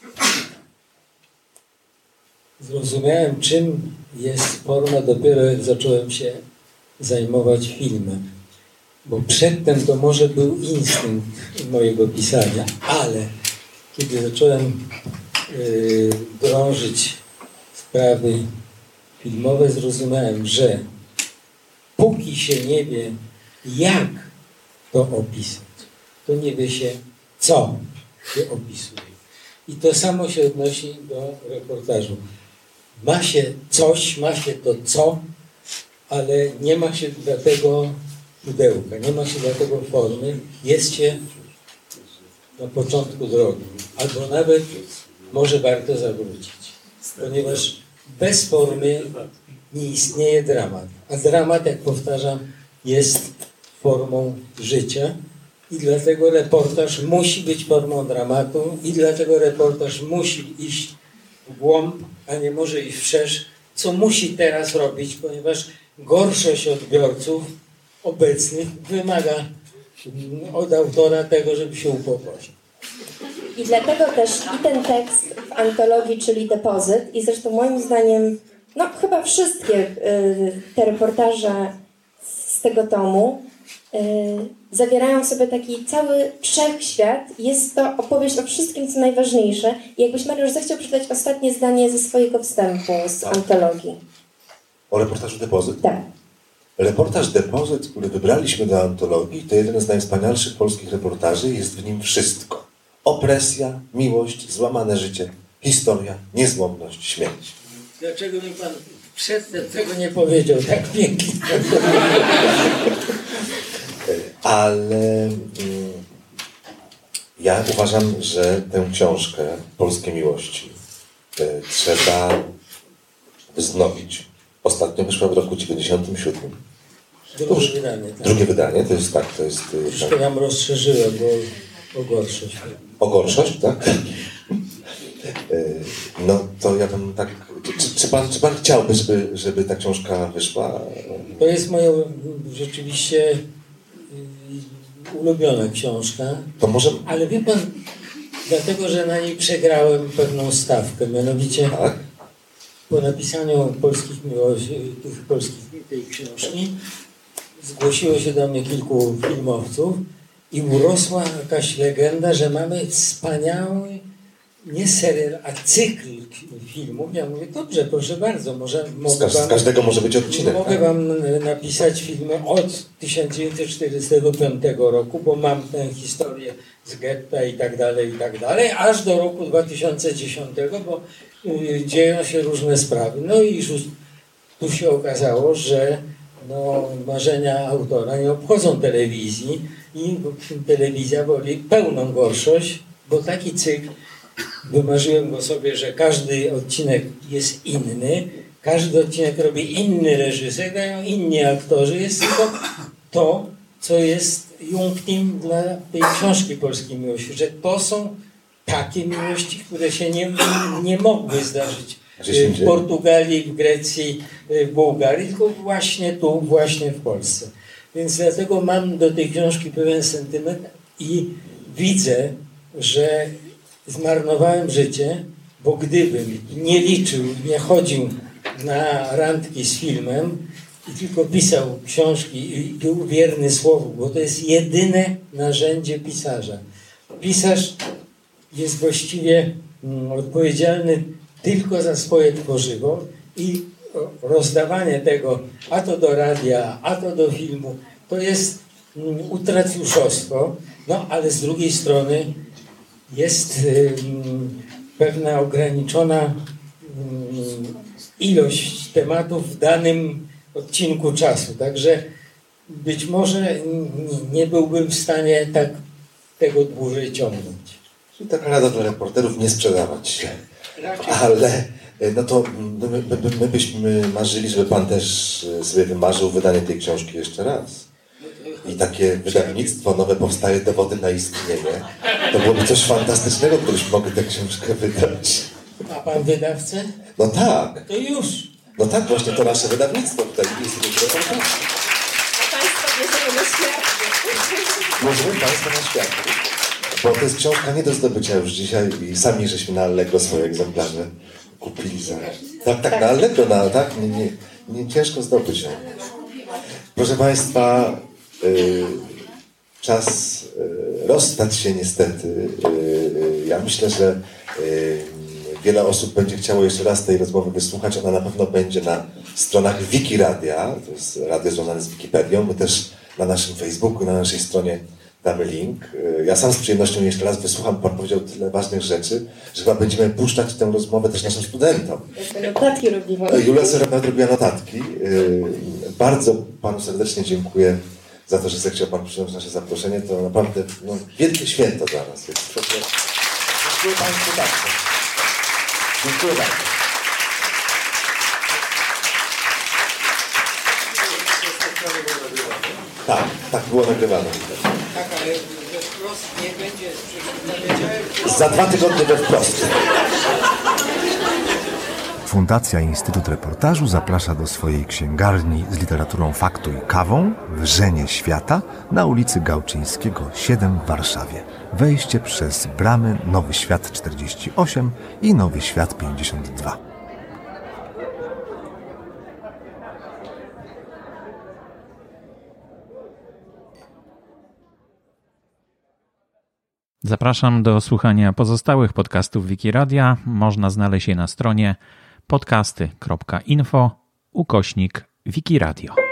Zrozumiałem, czym jest forma dopiero jak zacząłem się zajmować filmem. Bo przedtem to może był instynkt mojego pisania, ale kiedy zacząłem drążyć sprawy filmowe, zrozumiałem, że póki się nie wie, jak to opisać, to nie wie się, co się opisuje. I to samo się odnosi do reportażu. Ma się coś, ma się to co, ale nie ma się dla tego pudełka, nie ma się dla tego formy, jest się na początku drogi. Albo nawet może warto zawrócić, ponieważ bez formy nie istnieje dramat. A dramat, jak powtarzam, jest formą życia i dlatego reportaż musi być formą dramatu i dlatego reportaż musi iść w głąb, a nie może iść wszerz, co musi teraz robić, ponieważ gorszość odbiorców obecnych wymaga od autora tego, żeby się upokorzył. I dlatego też i ten tekst w antologii, czyli Depozyt, i zresztą moim zdaniem, chyba wszystkie te reportaże z tego tomu zawierają w sobie taki cały wszechświat. Jest to opowieść o wszystkim, co najważniejsze. I jakbyś, Mariusz, zechciał przeczytać ostatnie zdanie ze swojego wstępu z antologii. O reportażu Depozyt? Tak. Reportaż Depozyt, który wybraliśmy do antologii, to jeden z najwspanialszych polskich reportaży. Jest w nim wszystko. Opresja, miłość, złamane życie, historia, niezłomność, śmierć. Dlaczego mi pan przedtem tego nie powiedział tak pięknie? Ale ja uważam, że tę książkę Polskie Miłości trzeba wznowić. Ostatnio wyszła w roku 1997. Drugie wydanie. Tak. Drugie wydanie, to jest tak, to jest... Troszkę nam rozszerzyłem, bo o gorszość. O gorszość, tak? No to ja bym tak... Czy pan chciałby, żeby ta książka wyszła? To jest moja rzeczywiście ulubiona książka. To może... Ale wie pan, dlatego, że na niej przegrałem pewną stawkę, mianowicie Tak? po napisaniu tej książki zgłosiło się do mnie kilku filmowców i urosła jakaś legenda, że mamy wspaniały, nie serial, a cykl filmów. Ja mówię, dobrze, proszę bardzo, Z każdego może być odcinek. Mogę wam napisać filmy od 1945 roku, bo mam tę historię z getta i tak dalej, aż do roku 2010, bo dzieją się różne sprawy. No i tu się okazało, że marzenia autora nie obchodzą telewizji i telewizja woli pełną gorszość, bo taki cykl, wymarzyłem go sobie, że każdy odcinek jest inny, każdy odcinek robi inny reżyser, dają inni aktorzy, jest tylko to, co jest junctim dla tej książki Polskiej Miłości, że to są takie miłości, które się nie mogły zdarzyć w Portugalii, w Grecji, w Bułgarii, tylko właśnie tu, właśnie w Polsce. Więc dlatego mam do tej książki pewien sentyment i widzę, że zmarnowałem życie, bo gdybym nie liczył, nie chodził na randki z filmem i tylko pisał książki i był wierny słowu, bo to jest jedyne narzędzie pisarza. Pisarz jest właściwie odpowiedzialny tylko za swoje tworzywo i rozdawanie tego a to do radia, a to do filmu, to jest utracjuszostwo, no ale z drugiej strony jest pewna ograniczona ilość tematów w danym odcinku czasu, także być może nie byłbym w stanie tak tego dłużej ciągnąć. Czyli taka rada dla reporterów, nie sprzedawać się. Ale no to my byśmy marzyli, żeby pan też sobie wymarzył wydanie tej książki jeszcze raz. I takie wydawnictwo nowe powstaje, dowody na istnienie. To byłoby coś fantastycznego, gdybyśmy mogli tę książkę wydać. A pan wydawcę? No tak. To już. No tak, właśnie to nasze wydawnictwo tutaj jest. A Państwo bierzemy na świat. Możemy Państwa na świat. Bo to jest książka nie do zdobycia już dzisiaj i sami żeśmy na Allegro swoje egzemplarze kupili za... Tak, na Allegro, tak? Nie ciężko zdobyć ją. Proszę Państwa, czas rozstać się niestety. Ja myślę, że wiele osób będzie chciało jeszcze raz tej rozmowy wysłuchać. Ona na pewno będzie na stronach Wikiradia, to jest radio związane z Wikipedią. My też na naszym Facebooku, na naszej stronie damy link. Ja sam z przyjemnością jeszcze raz wysłucham, pan powiedział tyle ważnych rzeczy, że chyba będziemy puszczać tę rozmowę też naszym studentom. Notatki robiła. Julia sobie robiła notatki. Bardzo panu serdecznie dziękuję za to, że zechciał pan przyjąć nasze zaproszenie. To naprawdę wielkie święto dla nas. Więc proszę, dziękuję państwu bardzo. Dziękuję bardzo. Tak, było nagrywane. Tak, ale we wprost nie będzie przecież. Za 2 tygodnie we wprost. Fundacja Instytut Reportażu zaprasza do swojej księgarni z literaturą faktu i kawą Wrzenie Świata na ulicy Gałczyńskiego 7 w Warszawie. Wejście przez bramy Nowy Świat 48 i Nowy Świat 52. Zapraszam do słuchania pozostałych podcastów Wikiradia. Można znaleźć je na stronie podcasty.info/Wikiradio.